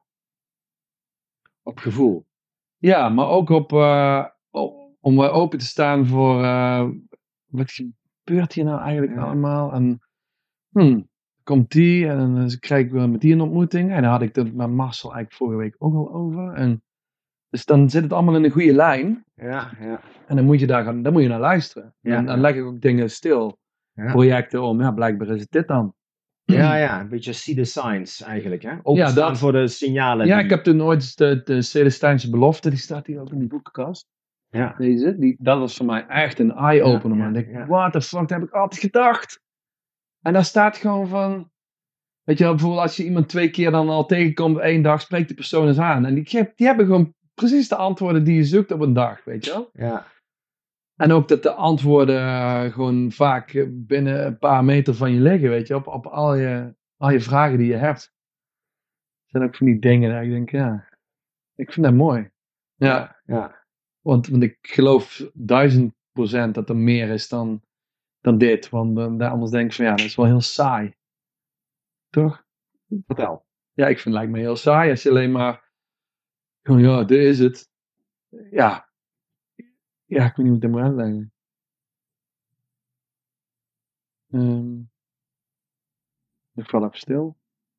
Op gevoel. Ja, maar ook op, uh, om open te staan voor, uh, wat gebeurt hier nou eigenlijk Ja. allemaal? En, hmm, komt die en dan krijg ik weer met die een ontmoeting. En daar had ik het met Marcel eigenlijk vorige week ook al over. En, dus dan zit het allemaal in een goede lijn. Ja, ja. En dan moet je daar gaan, dan moet je naar luisteren. Ja, en dan ja. leg ik ook dingen stil. Ja. Projecten om, ja, blijkbaar is het dit dan. Ja, ja, een beetje see the signs eigenlijk, hè? Openstaan Ja, dat- voor de signalen. Ja, die- ik heb toen ooit de, de Celestijnse belofte, die staat hier ook in die boekenkast. Ja. Deze, die, dat was voor mij echt een eye-opener, Ja, man. ja, Ik denk, ja. what the fuck, dat heb ik altijd gedacht. En daar staat gewoon van, weet je wel, bijvoorbeeld als je iemand twee keer dan al tegenkomt, één dag spreekt die persoon eens aan. En die, die hebben gewoon precies de antwoorden die je zoekt op een dag, weet je wel. Ja. En ook dat de antwoorden uh, gewoon vaak uh, binnen een paar meter van je liggen, weet je, op, op al, je, al je vragen die je hebt. Dat zijn ook van die dingen dat ik denk, ja, ik vind dat mooi. Ja, Ja. want, want ik geloof duizend procent dat er meer is dan, dan dit. Want uh, anders denk ik van, ja, dat is wel heel saai. Toch? Vertel. Ja, ik vind het lijkt me heel saai als je alleen maar, gewoon, ja, dit is het. Ja. Ja, ik weet niet hoe ik dat moet uitleggen. Um, ik val even stil.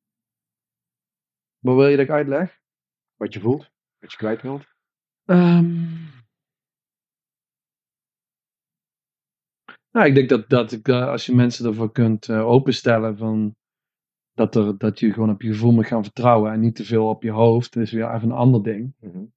Wat wil je dat ik uitleg? Wat je voelt. Wat je kwijt wilt. Um, Nou, ik denk dat, dat ik, uh, als je mensen ervoor kunt uh, openstellen, van, dat, er, dat je gewoon op je gevoel moet gaan vertrouwen en niet te veel op je hoofd, dat is weer even een ander ding. Mm-hmm.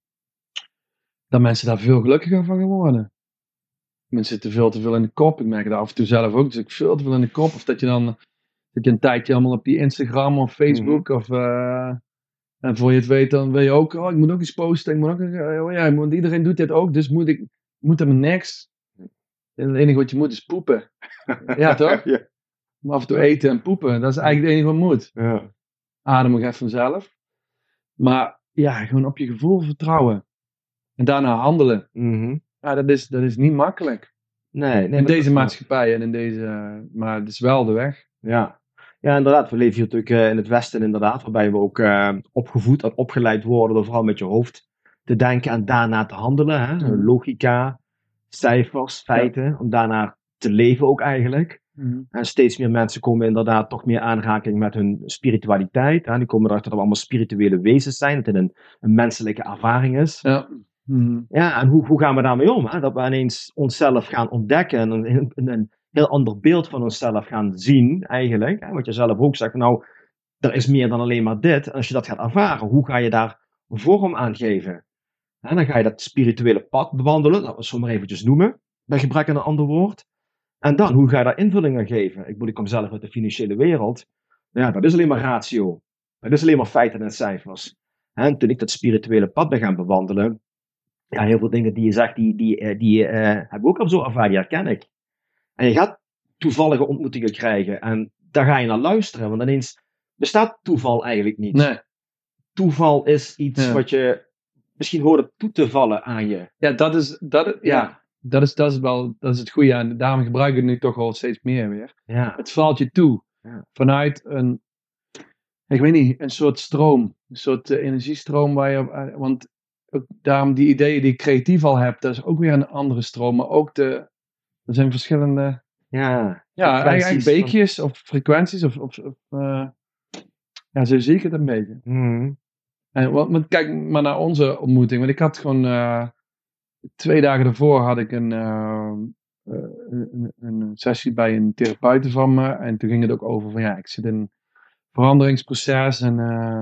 Dat mensen daar veel gelukkiger van gaan worden. Mensen zitten veel te veel in de kop. Ik merk het af en toe zelf ook. Dus ik veel te veel in de kop. Of dat je dan dat je een tijdje allemaal op die Instagram of Facebook mm-hmm. of uh, en voor je het weet dan wil je ook, oh ik moet ook iets posten. Ik moet ook, oh ja, want iedereen doet dit ook. Dus moet ik moet er niks. En het enige wat je moet is poepen. Ja toch? Ja. Af en toe eten en poepen. Dat is eigenlijk het enige wat moet. Ja. Ademen gaat vanzelf. Maar ja, gewoon op je gevoel vertrouwen. En daarna handelen. Mm-hmm. Ja, dat is, dat is niet makkelijk. Nee, nee, in deze maatschappij en in deze... Uh, maar het is wel de weg. Ja. Ja, inderdaad. We leven hier natuurlijk uh, in het Westen inderdaad. Waarbij we ook uh, opgevoed en opgeleid worden door vooral met je hoofd te denken en daarna te handelen. Hè? Mm. Logica, cijfers, feiten. Ja. Om daarna te leven ook eigenlijk. Mm. En steeds meer mensen komen inderdaad toch meer aanraking met hun spiritualiteit. Hè? Die komen erachter dat we allemaal spirituele wezens zijn. Dat het een, een menselijke ervaring is. Ja. Mm-hmm. Ja, en hoe, hoe gaan we daarmee om? Hè? Dat we ineens onszelf gaan ontdekken en een, een, een heel ander beeld van onszelf gaan zien, eigenlijk. Hè? Wat je zelf ook zegt, nou, er is meer dan alleen maar dit. En als je dat gaat ervaren, hoe ga je daar vorm aan geven? En dan ga je dat spirituele pad bewandelen, dat we het zo maar eventjes noemen, bij gebrek aan een ander woord. En dan, hoe ga je daar invulling aan geven? Ik, ik kom zelf uit de financiële wereld. Ja, dat is alleen maar ratio. Dat is alleen maar feiten en cijfers. En toen ik dat spirituele pad ben gaan bewandelen, ja, heel veel dingen die je zegt, die, die, die uh, heb ik ook al zo ervaren, die herken ik. En je gaat toevallige ontmoetingen krijgen en daar ga je naar luisteren, want ineens bestaat toeval eigenlijk niet. Nee. Toeval is iets ja. wat je misschien hoorde toe te vallen aan je. Ja, dat is, dat, ja, ja. dat is, dat is wel, dat is het goede en daarom gebruik ik het nu toch al steeds meer weer. Ja. Het valt je toe, ja. vanuit een, ik weet niet, een soort stroom, een soort uh, energiestroom waar je, uh, want ook daarom die ideeën die ik creatief al heb, dat is ook weer een andere stroom, maar ook de, er zijn verschillende, ja, ja eigenlijk beekjes van... of frequenties, of, of, of uh, ja, zo zie ik het een beetje. Mm. En, want, kijk maar naar onze ontmoeting, want ik had gewoon, uh, twee dagen daarvoor had ik een, uh, uh, een, een sessie bij een therapeute van me, en toen ging het ook over van, ja, ik zit in een veranderingsproces, en uh,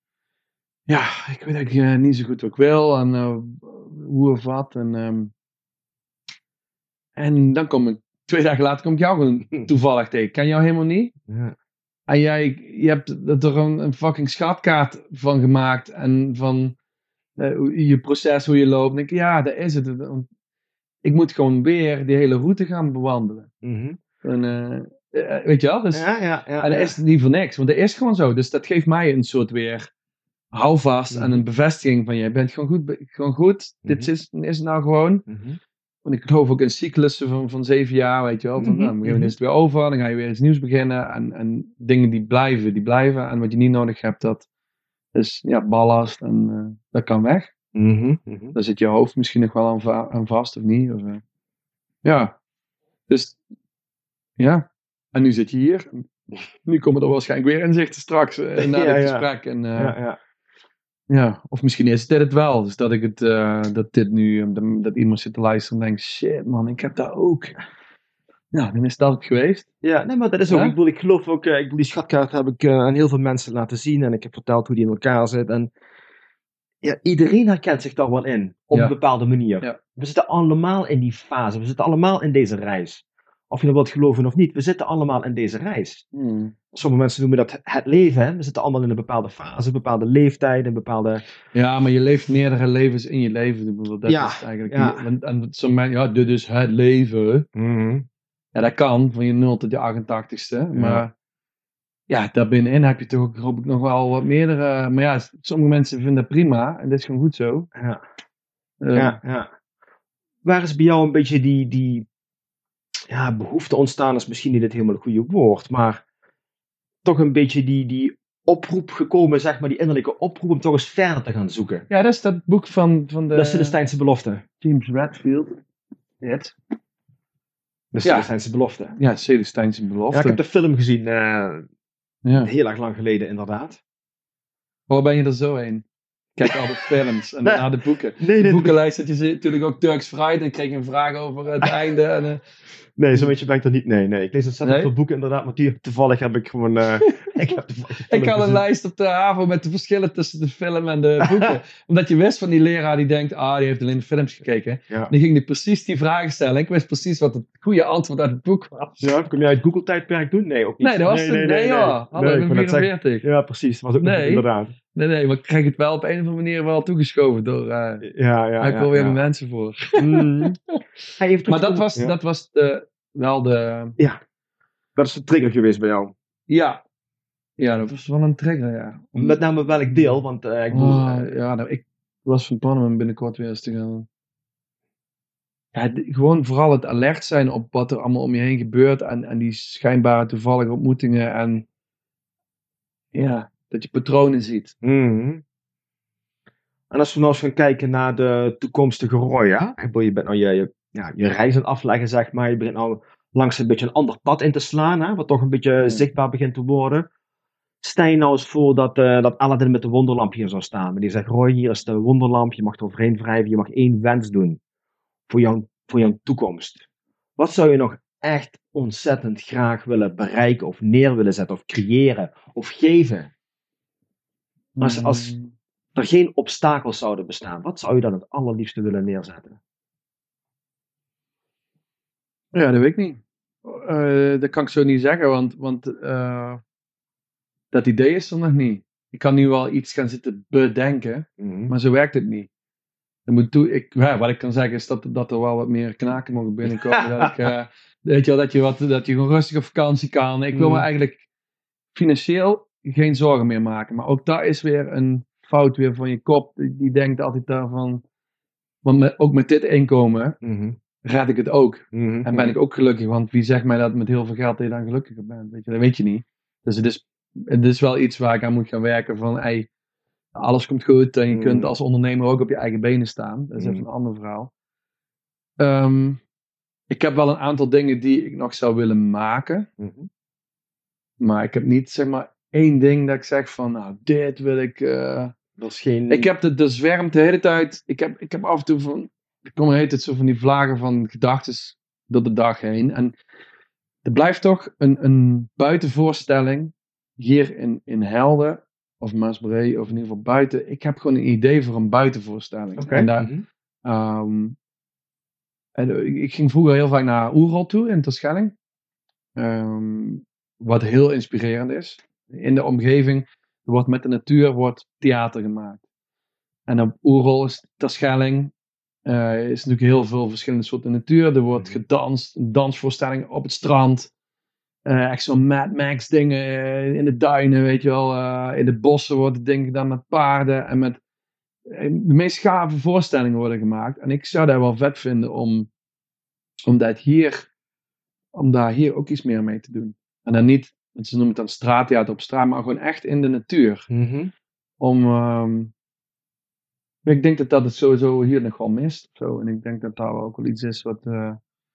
ja, ik weet eigenlijk uh, niet zo goed wat ik wil, en uh, hoe of wat, en, um, en dan kom ik, twee dagen later kom ik jou gewoon toevallig tegen. Ik ken jou helemaal niet. Ja. En jij, je hebt er een, een fucking schatkaart van gemaakt, en van uh, je proces, hoe je loopt. En ik, ja, dat is het. Ik moet gewoon weer die hele route gaan bewandelen. Mm-hmm. En, uh, weet je wel? Dus, ja, ja, ja, en dat ja. is niet voor niks, want dat is gewoon zo. Dus dat geeft mij een soort weer houvast mm-hmm. en een bevestiging van je bent gewoon goed. Gewoon goed. Mm-hmm. Dit is, is het nou gewoon. Mm-hmm. Want ik geloof ook in cyclussen van, van zeven jaar, weet je wel. Van, mm-hmm. nou, dan is het weer over, dan ga je weer iets nieuws beginnen. En, en dingen die blijven, die blijven. En wat je niet nodig hebt, dat is ja, ballast en uh, dat kan weg. Mm-hmm. Mm-hmm. Daar zit je hoofd misschien nog wel aan, va- aan vast of niet. Of, uh, ja, dus ja. En nu zit je hier. Nu komen er waarschijnlijk weer inzichten straks uh, na ja, dit ja. gesprek. En, uh, ja, ja. Ja, of misschien is dit het wel. Dus dat ik het, uh, dat dit nu, dat, dat iemand zit te luisteren en denkt, shit man, ik heb dat ook. Nou, dan is dat het geweest. Ja, nee, maar dat is ook, ja? ik bedoel, ik geloof ook, uh, ik bedoel, die schatkaart heb ik uh, aan heel veel mensen laten zien en ik heb verteld hoe die in elkaar zit. En ja, iedereen herkent zich daar wel in, op ja. een bepaalde manier. Ja. We zitten allemaal in die fase, we zitten allemaal in deze reis. Of je dat wilt geloven of niet, we zitten allemaal in deze reis. Hmm. Sommige mensen noemen dat het leven, hè? We zitten allemaal in een bepaalde fase, een bepaalde leeftijd, een bepaalde... Ja, maar je leeft meerdere levens in je leven. Dat ja, is eigenlijk... Ja. En, en zo men, ja, dit is het leven. Mm-hmm. Ja, dat kan, van je nul tot je achtentachtigste. Ja. Maar ja, daarbinnenin heb je toch ook, hoop ik, nog wel wat meerdere... Maar ja, sommige mensen vinden dat prima. En dat is gewoon goed zo. Ja, uh, ja, ja. Waar is bij jou een beetje die... die ja, behoefte ontstaan is misschien niet het helemaal het goede woord, maar toch een beetje die, die oproep gekomen, zeg maar, die innerlijke oproep om toch eens verder te gaan zoeken. Ja, dat is dat boek van, van de... De Celestijnse Belofte. James Redfield. Het. De Celestijnse ja. Belofte. Ja, Celestijnse Belofte. Ja, ik heb de film gezien, uh, ja. heel erg lang geleden inderdaad. Waar ben je er zo heen? kijk al de films en Nee. daarna de boeken. Nee, nee, de nee, boekenlijst had je ze- natuurlijk ook Turks Fruit en kreeg je een vraag over het einde. En, uh, nee zo'n beetje ben ik er niet. Nee, nee. Ik lees ontzettend Nee? veel boeken inderdaad, maar die, toevallig heb ik gewoon... Uh, ik heb toevallig de film ik had een gezien. lijst op de HAVO met de verschillen tussen de film en de boeken. Omdat je wist van die leraar die denkt, ah, die heeft alleen de films gekeken. Ja. Die ging die precies die vragen stellen. Ik wist precies wat het goede antwoord uit het boek was. Ja, kom jij het Google-tijdperk doen? Nee, ook niet. Nee, dat was het. Nee, joh. Hallo, Nee, ik ik ben wou net zeggen- vierenveertig. Ja, precies. Was ook nog Nee. inderdaad. Nee, nee, maar ik kreeg het wel op een of andere manier wel toegeschoven door... Uh, Ja, ja, daar ja. komen weer ja. mensen voor. Mm. Hij heeft Maar ook- dat was, ja. dat was de, wel de... Dat is de trigger geweest bij jou. Ja. Ja, dat was wel een trigger, ja. Om- Met name welk deel? Want uh, ik bedoel... Oh, uh, ja, nou, ik was van plan om binnenkort weer eens te gaan. Ja, d- gewoon vooral het alert zijn op wat er allemaal om je heen gebeurt. En, en die schijnbare toevallige ontmoetingen. En ja, dat je patronen ziet. mhm. En als we nou eens gaan kijken naar de toekomstige Roy, ja? Ik bedoel, je bent nou je, je, ja, je reis aan het afleggen, zeg maar. Je begint nou langs een beetje een ander pad in te slaan, hè? Wat toch een beetje Ja. zichtbaar begint te worden. Stel je nou eens voor dat, uh, dat Aladdin met de wonderlamp hier zou staan. Maar die zegt, Roy, hier is de wonderlamp. Je mag er overheen wrijven. Je mag één wens doen. Voor jouw, voor jouw toekomst. Wat zou je nog echt ontzettend graag willen bereiken. Of neer willen zetten. Of creëren. Of geven. Als, als Mm. er geen obstakels zouden bestaan. Wat zou je dan het allerliefste willen neerzetten? Ja, dat weet ik niet. Eh, dat kan ik zo niet zeggen, want, want eh, dat idee is er nog niet. Ik kan nu wel iets gaan zitten bedenken, Mhm. maar zo werkt het niet. Er moet toe, ik, ja, wat ik kan zeggen is dat, dat er wel wat meer knaken mogen binnenkomen. dat, ik, eh, weet je wel, dat, je wat, dat je gewoon rustig op vakantie kan. Ik wil me Mm. eigenlijk financieel geen zorgen meer maken. Maar ook daar is weer een fout weer van je kop. Die, die denkt altijd daarvan, want met, ook met dit inkomen Mhm. red ik het ook. Mhm. En ben ik ook gelukkig, want wie zegt mij dat met heel veel geld dat je dan gelukkiger bent? Weet je, dat weet je niet. Dus het is, het is wel iets waar ik aan moet gaan werken van, hey, alles komt goed en je Mm. kunt als ondernemer ook op je eigen benen staan. Dat is Mm. even een ander verhaal. Ehm, ik heb wel een aantal dingen die ik nog zou willen maken, Mhm. maar ik heb niet, zeg maar, één ding dat ik zeg van, nou, dit wil ik... eh, Dat is geen... Ik heb de, de zwerm de hele tijd. Ik heb, ik heb af en toe van. Er komen de hele tijd zo van die vlagen van gedachten door de dag heen. En er blijft toch een, een buitenvoorstelling. Hier in, in Helden. Of Maasbree. Of in ieder geval buiten. Ik heb gewoon een idee voor een buitenvoorstelling. Oké. En daar, Mhm. ehm, en ik, ik ging vroeger heel vaak naar Oerol toe in Terschelling. Ehm, wat heel inspirerend is. In de omgeving. Er wordt met de natuur wordt theater gemaakt. En op Oerol is Terschelling. Uh, is natuurlijk heel veel verschillende soorten natuur. Er wordt gedanst, een dansvoorstelling op het strand. Uh, echt zo'n Mad Max dingen uh, in de duinen, weet je wel. Uh, in de bossen worden dingen gedaan met paarden. En met uh, de meest gave voorstellingen worden gemaakt. En ik zou dat wel vet vinden om, om, dat hier, om daar hier ook iets meer mee te doen. En dan niet, ze noemen het dan straattheater op straat, maar gewoon echt in de natuur. Mhm. Om... Um, Ik denk dat dat het sowieso hier nog wel mist. Zo. En ik denk dat daar ook wel iets is wat, uh,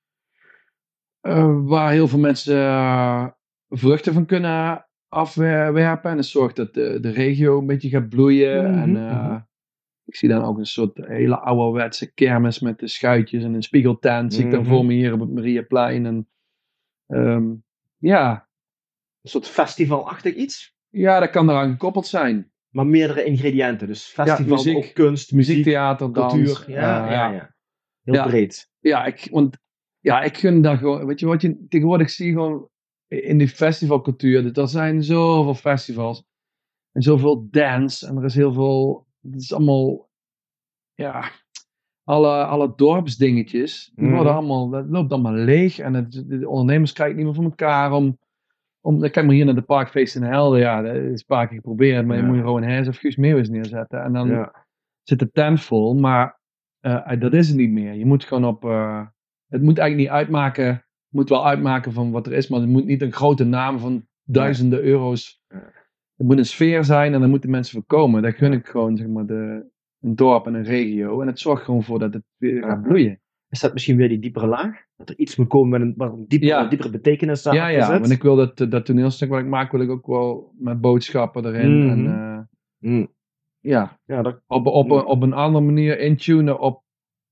uh, waar heel veel mensen uh, vruchten van kunnen afwerpen. En het zorgt dat de, de regio een beetje gaat bloeien. Mm-hmm. En uh, ik zie dan ook een soort hele ouderwetse kermis met de schuitjes en een spiegeltent. Mm-hmm. Zie ik dan voor me hier op het Mariaplein. En um, ja. Een soort festivalachtig iets? Ja, dat kan eraan gekoppeld zijn. Maar meerdere ingrediënten. Dus festival, ja, muziek, ook kunst, muziek, muziektheater, cultuur. dans. Ja, uh, ja, ja. ja. Heel ja. breed. Ja, ik, want, ja, ik gun daar gewoon... Weet je wat je tegenwoordig zie gewoon in die festivalcultuur. Er zijn zoveel festivals. En zoveel dance. En er is heel veel... Het is allemaal... Ja... Alle, alle dorpsdingetjes. Die worden Mm-hmm. allemaal... Dat loopt allemaal leeg. En het, de ondernemers krijgen niet meer voor elkaar om... om kijk maar hier naar de Parkfeest in Helden. Ja, dat is een paar keer geprobeerd. Maar ja. je moet je gewoon Hees of Guus Meeuwis neerzetten. En dan ja. zit de tent vol. Maar uh, dat is het niet meer. Je moet gewoon op... Uh, het moet eigenlijk niet uitmaken... Het moet wel uitmaken van wat er is. Maar het moet niet een grote naam van duizenden ja. euro's. Ja. Het moet een sfeer zijn. En dan moeten mensen voorkomen. Daar gun ik gewoon zeg maar de, een dorp en een regio. En het zorgt gewoon voor dat het weer ja. gaat bloeien. Is dat misschien weer die diepere laag? Dat er iets moet komen met een, een diepere, ja. diepere betekenis Ja, ja. zet? Want ik wil dat, dat toneelstuk wat ik maak, wil ik ook wel met boodschappen erin. Mm-hmm. En, uh, mm. ja, Ja, dat, op, op, een, op een andere manier intunen op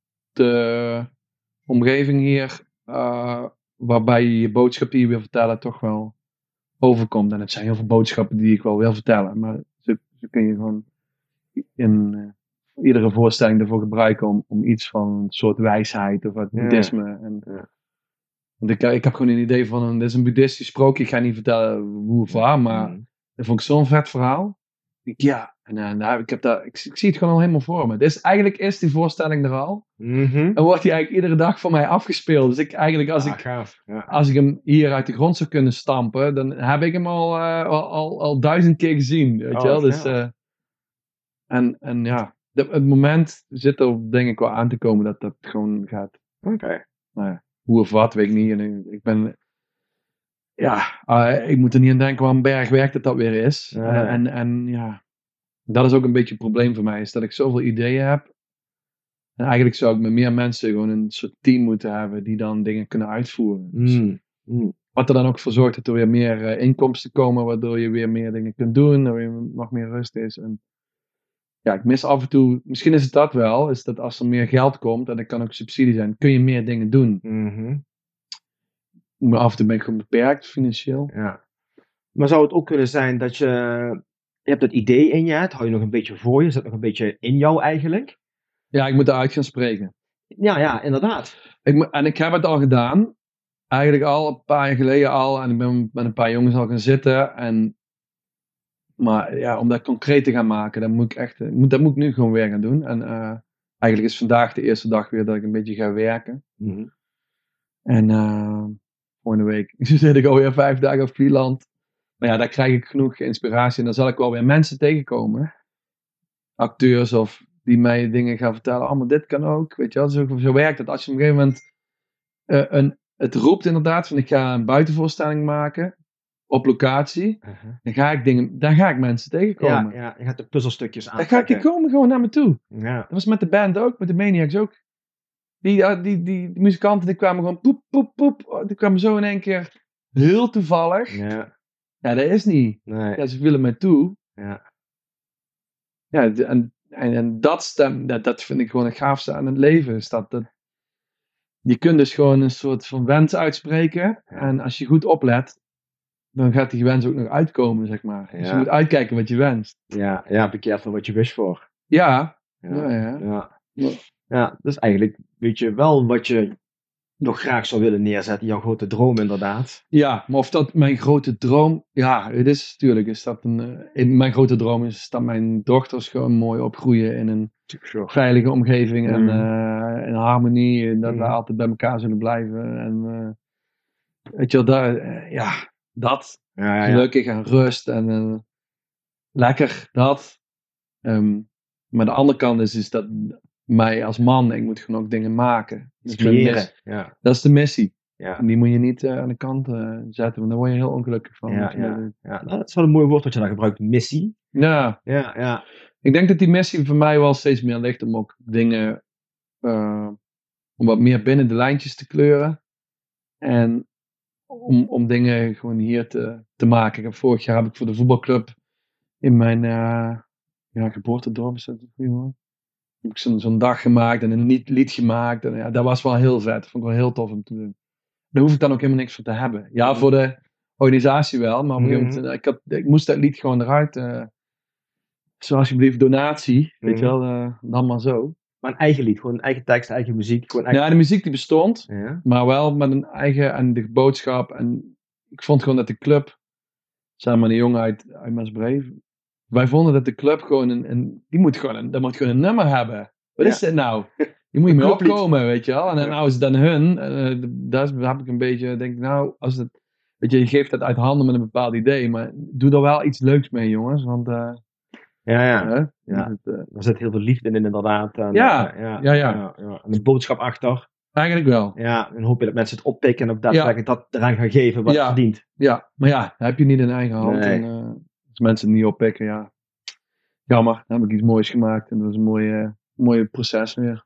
de omgeving hier, uh, waarbij je je boodschap die je wil vertellen toch wel overkomt. En het zijn heel veel boodschappen die ik wel wil vertellen, maar ze, ze kun je gewoon in uh, iedere voorstelling ervoor gebruiken om, om iets van een soort wijsheid of het Ja. boeddhisme. En, Ja. Want ik, ik heb gewoon een idee van, een, dit is een boeddhistisch sprookje, ik ga niet vertellen hoe of waar, maar Mm. dat vond ik zo'n vet verhaal. Ik, ja, en uh, nou, ik, heb dat, ik, ik zie het gewoon al helemaal voor me. Dus eigenlijk is die voorstelling er al. Mm-hmm. En wordt hij eigenlijk iedere dag voor mij afgespeeld. Dus ik eigenlijk, als, Ah, ik, gaaf. Ja. als ik hem hier uit de grond zou kunnen stampen, dan heb ik hem al, uh, al, al, al duizend keer gezien. Weet Oh, je wel? Dus, gaaf. uh, en, en ja, de, het moment zit er denk ik wel aan te komen dat dat gewoon gaat. Oké. Okay. Nou ja, hoe of wat, weet ik niet. En ik ben, ja, uh, ik moet er niet aan denken wat een bergwerk dat dat weer is. Ja. Uh, en, en ja, dat is ook een beetje het probleem voor mij, is dat ik zoveel ideeën heb. En eigenlijk zou ik met meer mensen gewoon een soort team moeten hebben die dan dingen kunnen uitvoeren. Dus Mm. Mm. wat er dan ook voor zorgt dat er weer meer uh, inkomsten komen, waardoor je weer meer dingen kunt doen, er weer nog meer rust is. En ja, ik mis af en toe, misschien is het dat wel, is dat als er meer geld komt, en dat kan ook subsidie zijn, kun je meer dingen doen. Mm-hmm. Maar af en toe ben ik gewoon beperkt financieel. Ja. Maar zou het ook kunnen zijn dat je, je hebt dat idee in je, het hou je nog een beetje voor je, zit nog een beetje in jou eigenlijk? Ja, ik moet eruit gaan spreken. Ja, ja, inderdaad. Ik, en ik heb het al gedaan. Eigenlijk al een paar jaar geleden al. En ik ben met een paar jongens al gaan zitten. En, maar ja, om dat concreet te gaan maken, dat moet ik echt, moet, dat moet ik nu gewoon weer gaan doen. En uh, eigenlijk is vandaag de eerste dag weer dat ik een beetje ga werken. Mm-hmm. En uh, volgende week zit ik alweer vijf dagen op Vlieland. Maar ja, daar krijg ik genoeg inspiratie. En dan zal ik wel weer mensen tegenkomen. Acteurs of die mij dingen gaan vertellen. Allemaal dit kan ook. Weet je wel, zo, zo werkt het. Als je op een gegeven moment uh, een, het roept inderdaad van ik ga een buitenvoorstelling maken. Op locatie. Uh-huh. Dan ga ik dingen, daar ga ik mensen tegenkomen. Ja, ja, je gaat de puzzelstukjes aan. Dan ga ik die komen gewoon naar me toe. Ja. Dat was met de band ook. Met de Maniacs ook. Die, uh, die, die, die muzikanten die kwamen gewoon poep, poep, poep. Die kwamen zo in één keer heel toevallig. Ja. Ja, dat is niet. Nee. Ja, ze willen mij toe. Ja. Ja, en, en, en dat, stem, dat, dat vind ik gewoon het gaafste aan het leven. Is dat, dat, je kunt dus gewoon een soort van wens uitspreken. Ja. En als je goed oplet, dan gaat die wens ook nog uitkomen, zeg maar. Ja. Dus je moet uitkijken wat je wenst. Ja, ja, be careful what you wish for. Ja. Ja. Ja, ja. Ja. Ja. Ja, dus eigenlijk weet je wel wat je nog graag zou willen neerzetten. Jouw grote droom inderdaad. Ja, maar of dat mijn grote droom... Ja, het is natuurlijk... Is dat een, uh, in mijn grote droom is dat mijn dochters gewoon mooi opgroeien in een Sure. veilige omgeving en Mm. uh, in harmonie. En dat Mm. we altijd bij elkaar zullen blijven. En uh, weet je wel, daar, uh, ja, dat. Ja, ja, ja. Gelukkig en rust en uh, lekker, dat. Um, maar de andere kant is, is dat mij als man, ik moet gewoon ook dingen maken. Iets Dus mijn creëren. mis- Ja, dat is de missie. ja. En die moet je niet uh, aan de kant uh, zetten, want daar word je heel ongelukkig van. Ja, Als je ja. dat doet. Ja, nou, dat is wel een mooi woord wat je daar gebruikt. Missie. Ja, Ja, ja. ik denk dat die missie voor mij wel steeds meer ligt om ook dingen, uh, om wat meer binnen de lijntjes te kleuren. En om, om dingen gewoon hier te, te maken. Ik heb, vorig jaar heb ik voor de voetbalclub in mijn uh, ja, geboortedorp, is dat een goede woord? Heb ik zo'n, zo'n dag gemaakt en een lied, lied gemaakt. En ja, dat was wel heel vet. Dat vond ik wel heel tof om te doen. Daar hoef ik dan ook helemaal niks voor te hebben. Ja, voor de organisatie wel, maar op een gegeven moment, ik, had, ik moest dat lied gewoon eruit. Uh, zo alsjeblieft, donatie. Weet je wel, uh, dan maar zo. Maar een eigen lied, gewoon een eigen tekst, eigen muziek. Gewoon eigen... Ja, de muziek die bestond, Ja. maar wel met een eigen en de boodschap. En ik vond gewoon dat de club, samen met een jongen uit, uit Maasbree, wij vonden dat de club gewoon een, een die moet gewoon een, dat moet gewoon een nummer hebben. Wat Ja. is dit nou? Je moet je mee Clublied. opkomen, weet je wel. En dan Ja. nou is het dan hun. Uh, daar is- heb ik een beetje, denk ik, nou, als het, weet je, je geeft dat uit handen met een bepaald idee, maar doe er wel iets leuks mee, jongens. Want, uh, Ja, ja. hè, Ja. dus het, uh, Er zit heel veel liefde in inderdaad. En, Ja. eh, ja, Ja, ja. ja, ja. En een boodschap achter. eigenlijk wel. Ja, en hoop je dat mensen het oppikken en ook daadwerkelijk dat eraan gaan geven wat Ja. het verdient. Ja, maar ja, dat heb je niet in eigen hand. Nee. En, uh, als mensen het niet oppikken, ja, jammer. Dan heb ik iets moois gemaakt en dat was een mooie, mooie proces weer.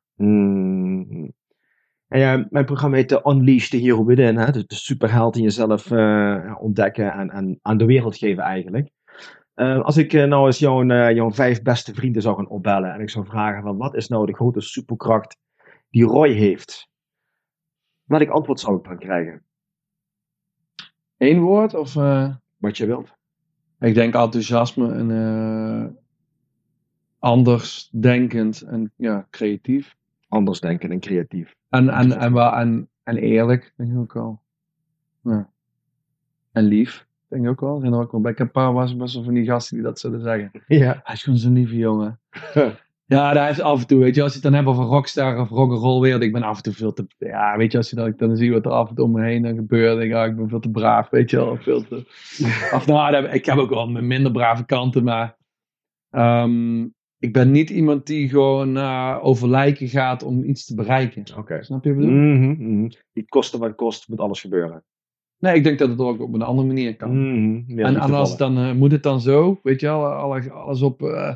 Mm. En ja, mijn programma heet uh, Unleash the Hero Within. Hè? Dus de superheld in jezelf uh, ontdekken en, en aan de wereld geven eigenlijk. Uh, als ik uh, nou eens jouw, uh, jouw vijf beste vrienden zou gaan opbellen en ik zou vragen van wat is nou de grote superkracht die Roy heeft? Welk antwoord zou ik dan krijgen? Eén woord of... Uh... Wat je wilt. Ik denk enthousiasme en uh, anders denkend en ja, creatief. Anders denken en creatief. En, en, en, en, en, en eerlijk, denk ik ook wel. Ja. En lief, denk ik ook wel. En ook wel. Ik heb een paar was best wel van die gasten die dat zullen zeggen. Ja. Hij is gewoon zo'n lieve jongen. Ja, daar is af en toe, weet je, als je het dan hebt over rockstar of rock'n'roll wereld, ik ben af en toe veel te, ja, weet je, als je dat, dan zie wat er af en toe om me heen gebeurt, denk ik, ah, ik ben veel te braaf, weet je wel, veel te, of nou, ik heb ook wel minder brave kanten, maar um, ik ben niet iemand die gewoon uh, over lijken gaat om iets te bereiken. Oké. Okay. Snap je wat ik bedoel? Mm-hmm, mm-hmm. Die kosten wat kost, moet alles gebeuren. Nee, ik denk dat het ook op een andere manier kan. Mm-hmm. Ja, en en als dan, uh, moet het dan zo, weet je wel, alles, alles op... Uh,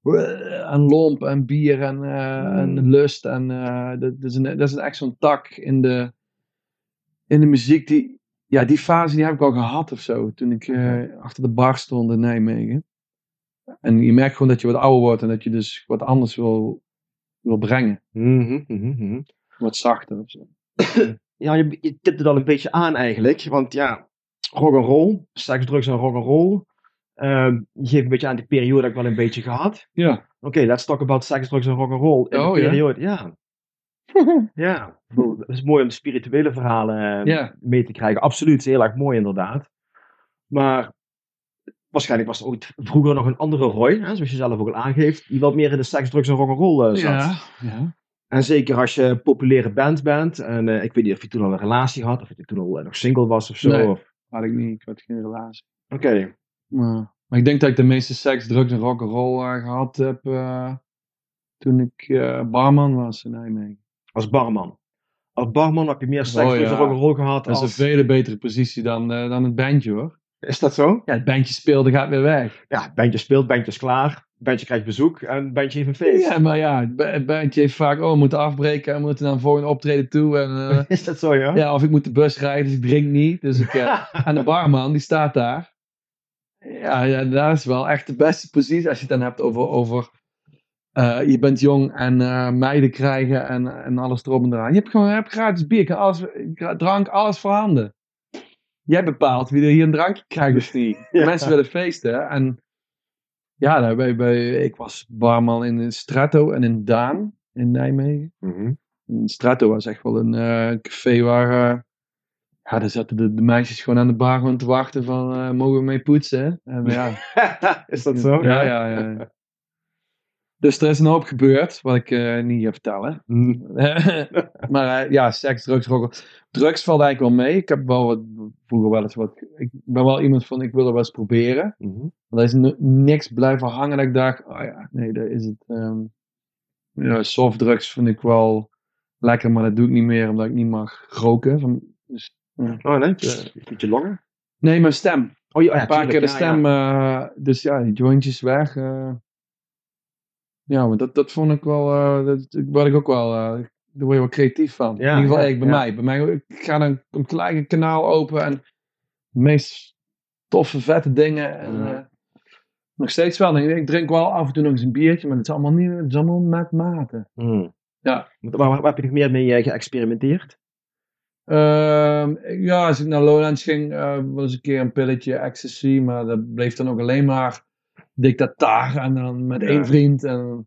en lomp en bier en, uh, mm. en lust. En, uh, dat, is een, dat is echt zo'n tak in de, in de muziek. Die, ja, die fase die heb ik al gehad of zo. Toen ik uh, achter de bar stond in Nijmegen. En je merkt gewoon dat je wat ouder wordt. En dat je dus wat anders wil, wil brengen. Mm-hmm, mm-hmm. Wat zachter of zo. Ja, je, je tipt het al een beetje aan eigenlijk. Want ja, rock'n'roll. Seks, drugs en rock'n'roll. Uh, je geeft een beetje aan die periode dat ik wel een beetje gehad. Ja. Oké, okay, let's talk about sex, drugs en rock'n'roll. In oh, de periode, ja. Ja. ja. Het is mooi om de spirituele verhalen uh, ja. mee te krijgen. Absoluut, heel erg mooi inderdaad. Maar waarschijnlijk was er ooit vroeger nog een andere Roy, hè, zoals je zelf ook al aangeeft, die wat meer in de seks, drugs en rock'n'roll uh, zat. Ja, ja. En zeker als je een populaire band bent. En uh, ik weet niet of je toen al een relatie had, of je toen al uh, nog single was of zo. Nee, of... had ik niet. Ik had geen relatie. Oké. Okay. Maar, maar ik denk dat ik de meeste seks, drugs en rock'n'roll uh, gehad heb uh, toen ik uh, barman was in Nijmegen. Als barman? Als barman heb je meer seks, oh, drugs ja. en rock'n'roll gehad Dat is als... een vele betere positie dan, uh, dan het bandje hoor. Is dat zo? Ja, het bandje speelde gaat weer weg. Ja, het bandje speelt, het bandje is klaar. Het bandje krijgt bezoek en het bandje heeft een feest. Ja, maar ja, het bandje heeft vaak, oh we moeten afbreken en we moeten naar een volgende optreden toe. En, uh, is dat zo, ja? Ja, of ik moet de bus rijden, dus ik drink niet. Dus ik, uh, en de barman, die staat daar. Ja, ja, dat is wel echt de beste positie als je het dan hebt over, over uh, je bent jong en uh, meiden krijgen en, en alles erop en eraan. Je hebt gewoon je hebt gratis bier, kan alles, drank, alles voorhanden. Jij bepaalt wie er hier een drankje krijgt of niet. Ja. Mensen willen feesten. En ja, daar bij, bij, ik was barman in Strato en in Daan in Nijmegen. Mm-hmm. In Strato was echt wel een uh, café waar... Uh, Ja, daar zaten de, de meisjes gewoon aan de bar gewoon te wachten van, uh, mogen we mee poetsen? En, ja. Is dat zo? Ja, ja, ja, ja. Dus er is een hoop gebeurd, wat ik uh, niet ga vertellen. Mm. maar uh, ja, seks, drugs, rocken. Drugs valt eigenlijk wel mee. Ik heb wel wat, vroeger wel eens wat, ik ben wel iemand van, ik wil er wel eens proberen. Mm-hmm. Maar er is n- niks blijven hangen dat ik dacht, oh ja, nee, daar is het. Um, ja, softdrugs vind ik wel lekker, maar dat doe ik niet meer, omdat ik niet mag roken. Van, dus, Ja. Oh nee, je longen? Nee, mijn stem. Oh, ja, ja, een paar keer de ja, stem. Ja. Uh, dus ja, die jointjes weg. Uh, ja, maar dat, dat vond ik wel. Uh, dat, daar word ik ook wel. Uh, daar word je wel creatief van. Ja, in ieder geval, ja, ik, bij ja. mij. Bij mij. Ik ga dan een klein kanaal open en de meest toffe, vette dingen. En, uh, nog steeds wel. Ik drink wel af en toe nog eens een biertje, maar het is allemaal niet. Het is allemaal met mate. Mm. Ja. Waar, waar, waar heb je nog meer mee geëxperimenteerd? Uh, ja, als ik naar Lowlands ging, uh, was een keer een pilletje ecstasy, maar dat bleef dan ook alleen maar dictataar en dan met ja. één vriend. En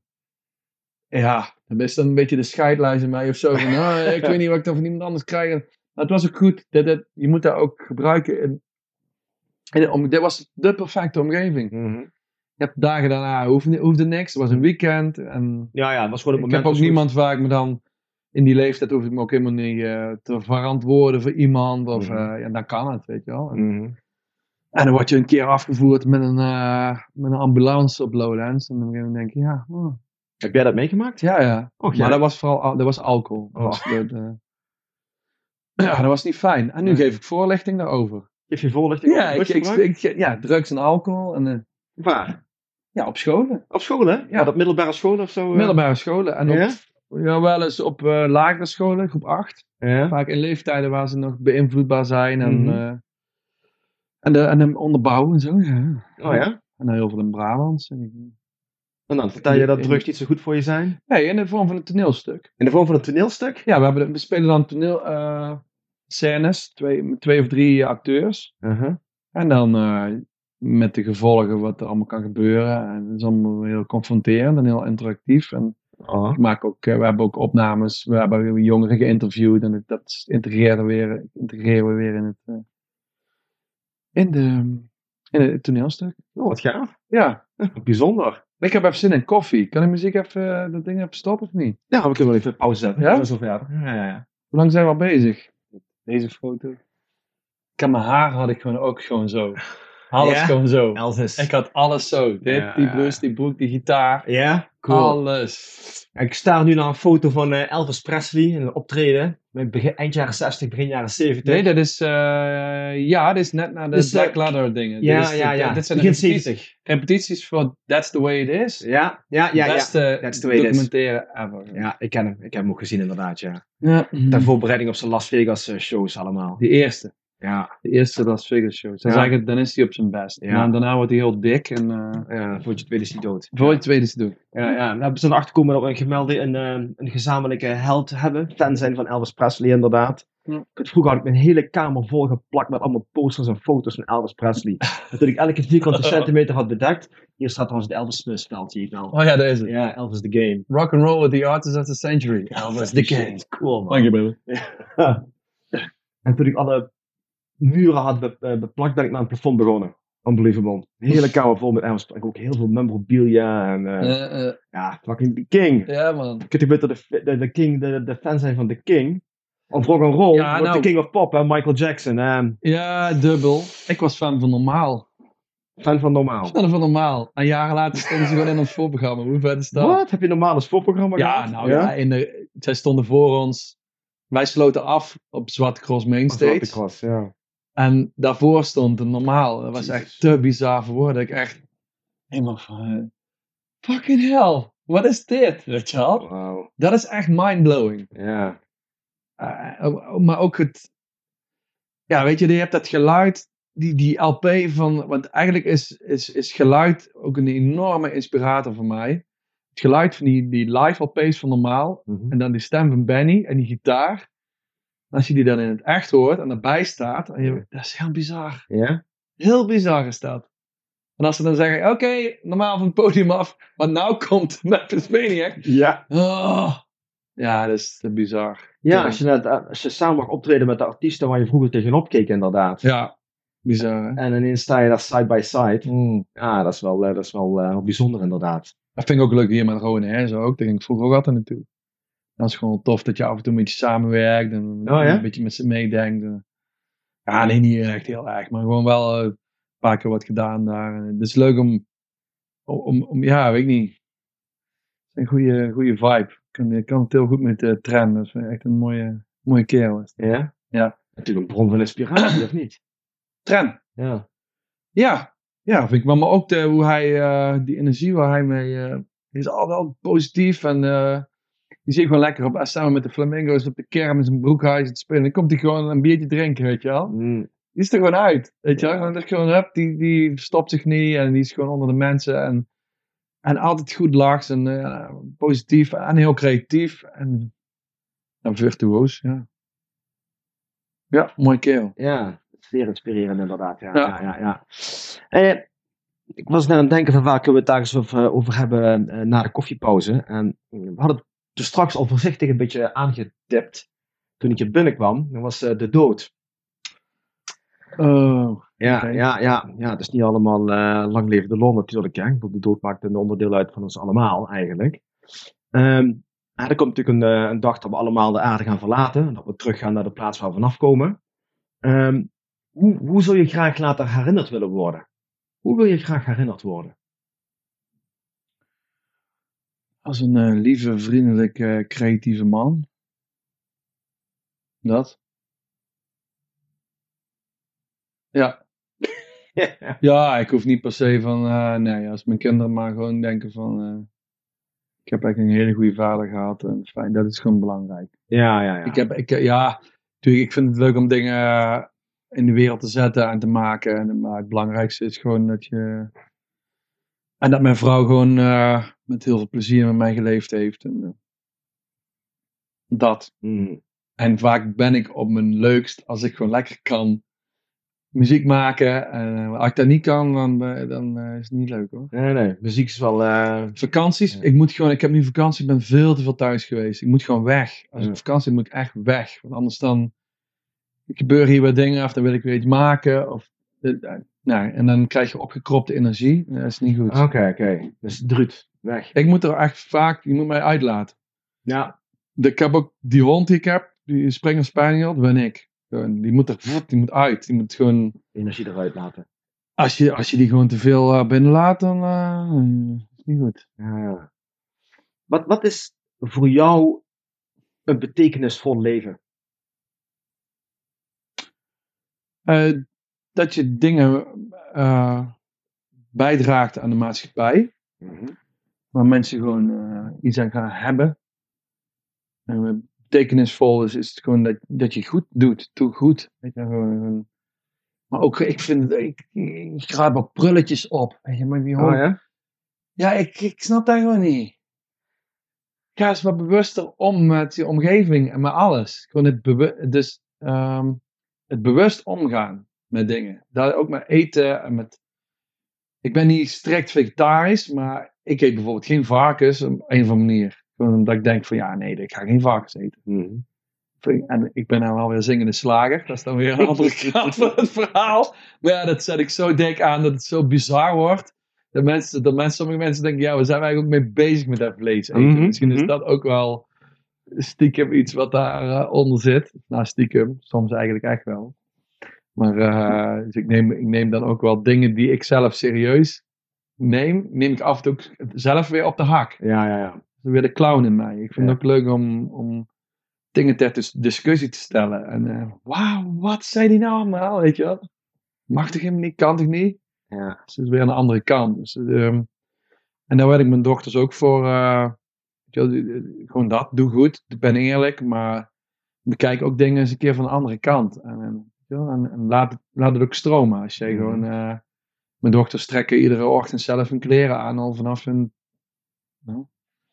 ja, dan is dan een beetje de scheidlijst in mij of zo. Van, oh, ik weet niet wat ik dan van iemand anders krijg. Maar het was ook goed. Dat, dat, je moet dat ook gebruiken. In, in, om, dit was de perfecte omgeving. Mm-hmm. Je hebt dagen daarna hoefde, hoefde niks. Het was een weekend. En ja, ja, het was gewoon het ik moment. heb ook niemand goed. Waar ik me dan... In die leeftijd hoef ik me ook helemaal niet uh, te verantwoorden voor iemand. Of, mm-hmm. uh, ja, dan kan het, weet je wel. En, mm-hmm. en dan word je een keer afgevoerd met een, uh, met een ambulance op Lowlands. En dan denk je, ja... Oh. Heb jij dat meegemaakt? Ja, ja. Och, maar dat was vooral dat was alcohol. Dat oh. was de, de... Ja, dat was niet fijn. En nu ja. geef ik voorlichting daarover. Geef je voorlichting? Ja, ik, ik, ik, ja drugs en alcohol. En, uh, waar? Ja, op scholen. Op scholen? Ja, ja dat middelbare scholen of zo? Uh... Middelbare scholen. En op, ja? Ja, wel eens op uh, lagere scholen, groep acht. Ja. Vaak in leeftijden waar ze nog beïnvloedbaar zijn. En, mm-hmm. uh, en, de, en de onderbouw en zo, ja. Oh ja? En dan heel veel in Brabants. En ik, En dan vertel je dat in- drugs niet zo goed voor je zijn? nee, in de vorm van een toneelstuk. In de vorm van een toneelstuk? Ja, we, hebben, we spelen dan toneel eh, scènes, twee, met twee of drie acteurs. Uh-huh. En dan uh, met de gevolgen wat er allemaal kan gebeuren. En het is allemaal heel confronterend en heel interactief. En Oh. ik maak ook, uh, we hebben ook opnames, we hebben jongeren geïnterviewd. En dat integreren we weer, integreren we weer in het, uh, in de, in het toneelstuk. Oh, wat gaaf. Ja. Bijzonder. Ik heb even zin in koffie. Kan ik muziek even, uh, dat ding even stoppen of niet? Ja, we kunnen wel even pauze zetten. Ja? Ja? Zo verder. Ja, ja, ja. Hoe lang zijn we al bezig? Deze foto. Ik heb mijn haar had ik gewoon ook gewoon zo. Alles Ja? gewoon zo. Elvis. Ik had alles zo. Dit, Ja, die ja. blouse, die broek, die gitaar. Ja? Cool. Alles. Ik sta nu naar een foto van uh, Elvis Presley in een optreden. Met begin, eind jaren zestig, begin jaren zeventig. Nee, dat is, uh, ja, dit is net na de Dus, uh, Black Ladder dingen. Ja, dit is, ja, dit, ja. Dit zijn de begin repetities, zeventig. repetities voor That's the Way It Is. Ja, ja, ja. ja. Beste That's the way it is. documentaire ever. Ja, ik ken hem. Ik heb hem ook gezien inderdaad, ja. Ja. Ter voorbereiding op zijn Las Vegas uh, shows allemaal. Die eerste. Ja, De eerste Las Vegas show. Dan, Ja. is eigenlijk- dan is hij op zijn best. Ja. En dan, daarna wordt hij heel dik. En uh, ja, voor je tweede is hij dood. voor je tweede is het doen. Ja, ja. We hebben ze erachter gekomen dat we een gemelde, een, uh, een gezamenlijke held hebben. Fan zijn van Elvis Presley inderdaad. Ja. Vroeger had ik mijn hele kamer volgeplakt met allemaal posters en foto's van Elvis Presley. En toen ik elke vierkante centimeter had bedekt. Hier staat trouwens het Elvis Smith-veld, zie ik wel. Oh ja, daar is het. Ja, Elvis the Game. Rock and roll with the artist of the century. Elvis the Game. Cool, man. Thank you, brother. En toen ik alle muren had be- be- beplakt, ben ik naar een plafond begonnen. Unbelievable. De hele kamer vol met Elvis. Ik ook heel veel memorabilia en uh, Uh, uh, ja, fucking The King. ja, man. Kunt u weten de, de, de King, de, de fan zijn van The King? Of rock and roll, Ja, wordt nou. de King of Pop, hè? Michael Jackson. Um, Ja, dubbel. Ik was fan van Normaal. fan van Normaal. Fan van Normaal. En jaren later stonden ze gewoon in ons voorprogramma. Hoe vet is dat? Wat? Heb je normaal als voorprogramma Ja, gehad? nou ja, in de, zij stonden voor ons. Wij sloten af op Zwarte Cross Mainstage. Zwarte Cross, ja. En daarvoor stond een Normaal. Dat was Jezus. echt te bizar voor woorden. Ik echt helemaal van... eh, fucking hell. Wat is dit? Weet je wel? Wauw. Dat is echt mindblowing. Ja. Uh, maar ook het... Ja, weet je, je hebt dat geluid, die, die L P van... Want eigenlijk is, is, is geluid ook een enorme inspirator voor mij. Het geluid van die, die live L P's van Normaal. Mhm. En dan die stem van Benny en die gitaar. Als je die dan in het echt hoort en erbij staat. En je, dat is heel bizar. Ja? Heel bizar is dat. En als ze dan zeggen, oké, okay, normaal van het podium af. Maar nou komt Memphis Maniac. Ja. Oh. Ja, dat is te bizar. Ja, als je, net, als je samen mag optreden met de artiesten waar je vroeger tegenop keek inderdaad. Ja, bizar hè. En ineens sta je daar side by side. Mm. Ja, dat is wel, uh, dat is wel uh, bijzonder inderdaad. Dat vind ik ook leuk hier met Rowan Herzo ook. Daar ging ik vroeger ook altijd naartoe. Dat is gewoon tof dat je af en toe een beetje samenwerkt. En Oh, ja? een beetje met ze meedenkt. En... Ja, nee, niet echt heel erg. Maar gewoon wel uh, een paar keer wat gedaan daar. En het is leuk om, om, om ja, weet ik niet. Het is een goede, goede vibe. Ik kan, ik kan het heel goed met de trend. Dat is echt een mooie, mooie kerel. Ja? Ja. Natuurlijk een bron van inspiratie, of niet? Trend. Ja. Ja. Ja, vind ik wel. Maar ook de, hoe hij, uh, die energie waar hij mee, uh, die is altijd, altijd positief. En uh, die zie je gewoon lekker op, samen met de Flamingo's op de kerm in zijn broekhuis te spelen. Dan komt hij gewoon een biertje drinken, weet je wel. Mm. Die is er gewoon uit, weet je wel. Gewoon, dat is gewoon, hup, die, die stopt zich niet en die is gewoon onder de mensen. En, en altijd goed lachs en uh, positief en heel creatief. En, en virtuoos, ja. Ja, mooi kerel. Ja, zeer inspirerend inderdaad. Ja, Ja. ja, ja. ja. Eh, ik was net aan het denken van waar kunnen we het daar eens over, over hebben uh, na de koffiepauze. En we hadden het dus straks al voorzichtig een beetje aangetipt toen ik hier binnenkwam. Dat was uh, de dood. Oh, Ja, Oké. ja, ja, ja, het is niet allemaal uh, lang leven de lol natuurlijk. Hè? Ik bedoel, de dood maakt een onderdeel uit van ons allemaal eigenlijk. Um, en er komt natuurlijk een, uh, een dag dat we allemaal de aarde gaan verlaten. En dat we teruggaan naar de plaats waar we vanaf komen. Um, hoe, hoe zou je graag later herinnerd willen worden? Hoe wil je graag herinnerd worden? als een uh, lieve, vriendelijke, creatieve man. Dat. Ja. Ja, ik hoef niet per se van, uh, nee, als mijn kinderen maar gewoon denken van, uh, ik heb eigenlijk een hele goede vader gehad en fijn, dat is gewoon belangrijk. Ja, ja, ja. Ik heb, ik, ja, natuurlijk, ik vind het leuk om dingen uh, in de wereld te zetten en te maken, en, maar het belangrijkste is gewoon dat je, En dat mijn vrouw gewoon uh, met heel veel plezier met mij geleefd heeft. En, uh, dat. Mm. En vaak ben ik op mijn leukst als ik gewoon lekker kan muziek maken. En uh, als ik dat niet kan, dan, dan uh, is het niet leuk hoor. Nee, nee. Muziek is wel... Uh... Vakanties. Ja. Ik moet gewoon, ik heb nu vakantie, ik ben veel te veel thuis geweest. Ik moet gewoon weg. Als Ja. ik vakantie heb, moet ik echt weg. Want anders dan gebeuren hier wat dingen af, dan wil ik weer iets maken. Of, uh, nou, en dan krijg je opgekropte energie. Dat is niet goed. Oké, okay, oké. Okay. Dus druut. Weg. Ik moet er echt vaak, je moet mij uitlaten. Ja. De, ik heb ook die hond die ik heb, die Springer Spaniel, dat ben ik. Gewoon, die moet er, die moet uit. Die moet gewoon... energie eruit laten. Als je, als je die gewoon te veel uh, binnenlaat, dan uh, is het niet goed. Ja. Wat, wat is voor jou een betekenisvol leven? Uh, dat je dingen uh, bijdraagt aan de maatschappij. Mm-hmm. Waar mensen gewoon uh, iets aan gaan hebben. En betekenisvol is, is het gewoon dat, dat je goed doet. Doe goed. Weet je, gewoon, maar ook, ik vind het, ik, ik grijp ook prulletjes op. Weet je, maar die oh, ja? Ja, ik, ik snap dat gewoon niet. Ga eens wat bewuster om met je omgeving en met alles. Gewoon het, bewu- dus, um, het bewust omgaan met dingen. Dat ook met eten en met... Ik ben niet strikt vegetarisch, maar ik eet bijvoorbeeld geen varkens op een of andere manier. Gewoon omdat ik denk van ja, nee, ik ga geen varkens eten. Mm-hmm. En ik ben nou wel weer zingende slager. Dat is dan weer een andere kant van het verhaal. Maar ja, dat zet ik zo dik aan dat het zo bizar wordt. Dat, mensen, dat mensen, sommige mensen denken, ja, we zijn eigenlijk ook mee bezig met dat vlees eten. Mm-hmm. Misschien is dat ook wel stiekem iets wat daaronder uh, onder zit. Nou, stiekem, soms eigenlijk echt wel. Maar uh, dus ik, neem, ik neem dan ook wel dingen die ik zelf serieus neem, neem ik af en toe ook zelf weer op de hak. Ja, ja, ja. Dat is weer de clown in mij. Ik vind ja. het ook leuk om... om dingen ter discussie te stellen. En uh, wauw, wat zei die nou allemaal, weet je wel? Mag toch helemaal niet, kan toch niet? Ja. Dus dat is weer aan de andere kant. Dus, um, en daar werd ik mijn dochters ook voor, uh, weet je wel, gewoon dat, doe goed, ben eerlijk, maar bekijk ook dingen eens een keer van de andere kant. En, en, en, en laat, het, laat het ook stromen. Als jij mm. gewoon, uh, mijn dochters trekken iedere ochtend zelf hun kleren aan, al vanaf hun nou,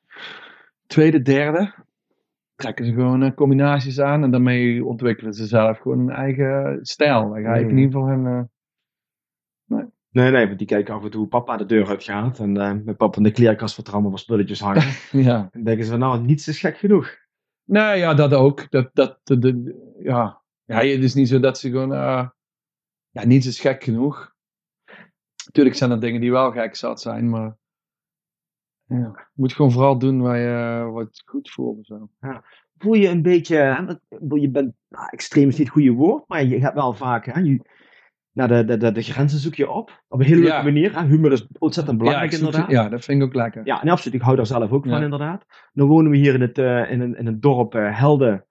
tweede, derde. Trekken ze gewoon uh, combinaties aan en daarmee ontwikkelen ze zelf gewoon een eigen stijl. Daar ga ik mm. niet voor hen... Uh, nee. nee, nee, want die kijken af en toe papa de deur uit gaat en uh, met papa in de kleerkast wat er allemaal wat spulletjes hangen. Ja. En denken ze van nou, niets is gek genoeg. Nee, ja, dat ook. Dat, dat, de, de, ja. ja, het is niet zo dat ze gewoon... Uh, ja, niets is gek genoeg. Natuurlijk zijn er dingen die wel gek zat zijn, maar... Ja, je moet gewoon vooral doen waar je uh, wat goed voelt of zo. Ja. Voel je een beetje, je bent, nou, extreem is niet het goede woord, maar je gaat wel vaak, hè, je, nou, de, de, de, de grenzen zoek je op, op een hele leuke ja. manier. Hè? Humor is ontzettend belangrijk, ja, inderdaad. Ja, dat vind ik ook lekker. Ja, nee, absoluut, ik hou daar zelf ook ja. van, inderdaad. Dan wonen we hier in het, uh, in een, in een dorp uh, Helden,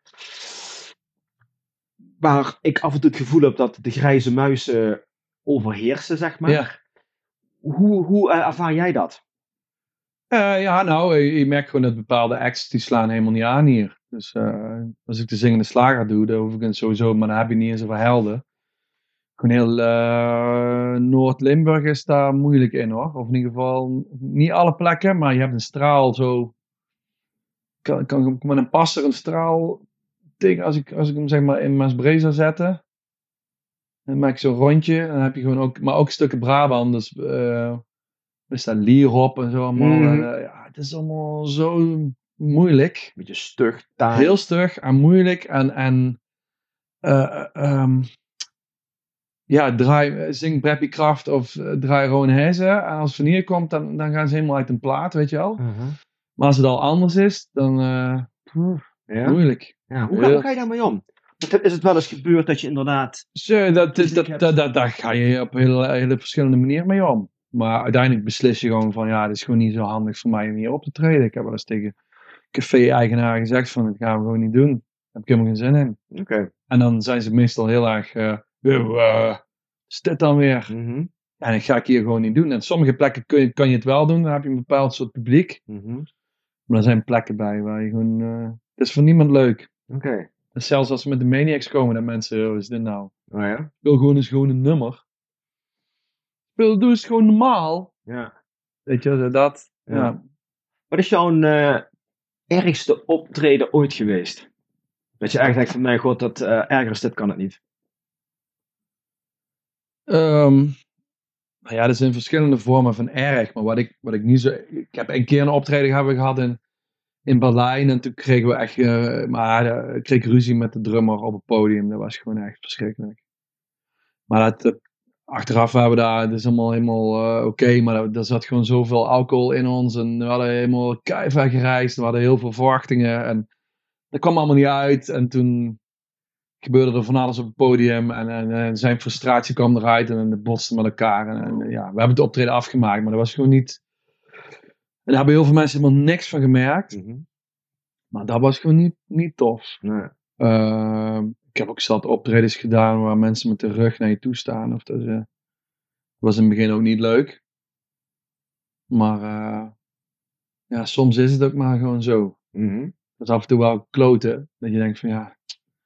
waar ik af en toe het gevoel heb dat de grijze muizen overheersen, zeg maar. Ja. Hoe, hoe uh, ervaar jij dat? Uh, ja, nou, je merkt gewoon dat bepaalde acts die slaan helemaal niet aan hier. Dus uh, als ik de zingende slager doe, dan hoef ik het sowieso, maar dan heb je niet eens over Helden. Gewoon heel uh, Noord-Limburg is daar moeilijk in hoor. Of in ieder geval niet alle plekken, maar je hebt een straal zo. Kan, kan ik met een passer een straal tegen, als ik, als ik hem zeg maar in Maasbree zou zetten. Dan maak ik zo'n rondje. Dan heb je gewoon ook, maar ook stukken Brabant. Dus uh, er staat lierhop en zo allemaal. Mm. En, uh, ja, het is allemaal zo moeilijk. Beetje stug, taai. Heel stug en moeilijk. En, en uh, um, ja, draai, zing Preppy Kraft of uh, draai Rowan Heijzen. En als het van hier komt, dan, dan gaan ze helemaal uit een plaat, weet je wel. Uh-huh. Maar als het al anders is, dan uh, pff, ja? moeilijk. Ja, hoe, ga, hoe ga je daarmee om? Is het wel eens gebeurd dat je inderdaad... Zo, dat, dat, dat, dat, dat, daar ga je op hele, hele verschillende manieren mee om. Maar uiteindelijk beslis je gewoon van, ja, het is gewoon niet zo handig voor mij om hier op te treden. Ik heb wel eens tegen café-eigenaar gezegd van, dat gaan we gewoon niet doen. Daar heb ik helemaal geen zin in. Oké. Okay. En dan zijn ze meestal heel erg, uh, uh, is dit dan weer? Mm-hmm. En dat ga ik hier gewoon niet doen. En op sommige plekken kun je, kan je het wel doen, dan heb je een bepaald soort publiek. Mm-hmm. Maar er zijn plekken bij waar je gewoon, uh, het is voor niemand leuk. Oké. Okay. Dus zelfs als we met de Maniacs komen, dat mensen, wat is dit nou? Oh ja? Ik wil gewoon eens gewoon een nummer. Ik wil, doe eens gewoon normaal. Ja. weet je, zo dat. Ja. Ja. Wat is jouw uh, ergste optreden ooit geweest? Dat je eigenlijk denkt van, mijn god, dat uh, erger is dit kan het niet. Um, nou ja, er zijn verschillende vormen van erg. Maar wat ik, wat ik niet zo... Ik heb een keer een optreden hebben gehad in, in Berlijn. En toen kregen we echt... Uh, maar uh, ik kreeg ruzie met de drummer op het podium. Dat was gewoon echt verschrikkelijk. Maar dat... Uh, achteraf hebben we daar... Dat is allemaal helemaal uh, oké. Okay, maar er zat gewoon zoveel alcohol in ons. En we hadden helemaal keihard gereisd. We hadden heel veel verwachtingen. En dat kwam allemaal niet uit. En toen... gebeurde er van alles op het podium en, en, en zijn frustratie kwam eruit en, en het botste met elkaar. En, en ja, we hebben het optreden afgemaakt, maar dat was gewoon niet... En daar hebben heel veel mensen helemaal niks van gemerkt. Mm-hmm. Maar dat was gewoon niet, niet tof. Nee. Uh, ik heb ook zat optredens gedaan waar mensen met de rug naar je toe staan. Of dat, uh, was in het begin ook niet leuk. Maar uh, ja, soms is het ook maar gewoon zo. Mm-hmm. Dat is af en toe wel kloten. Dat je denkt van ja...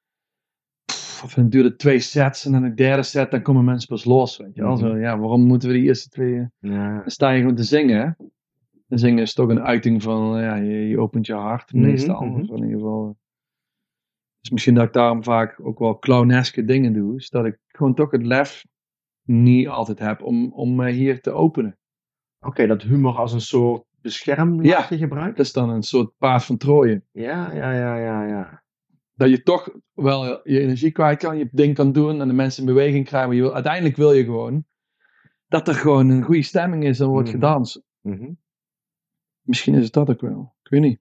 Of dan duurde twee sets en dan de derde set, dan komen mensen pas los. Weet je wel? Mm-hmm. Zo, ja, waarom moeten we die eerste twee... Ja. Dan sta je gewoon te zingen. En zingen is toch een uiting van, ja, je, je opent je hart Mm-hmm. meestal. Of in ieder geval. Dus misschien dat ik daarom vaak ook wel clowneske dingen doe. Is dat ik gewoon toch het lef niet altijd heb om, om uh, hier te openen. Oké, okay, dat humor als een soort beschermlaagje ja, gebruikt? Dat is dan een soort paard van Troje. Ja, ja, ja, ja, ja. Dat je toch wel je energie kwijt kan, je ding kan doen en de mensen in beweging krijgen. Maar je wil, uiteindelijk wil je gewoon dat er gewoon een goede stemming is en wordt Mm-hmm. gedanst. Mm-hmm. Misschien is het dat ook wel. Ik weet niet.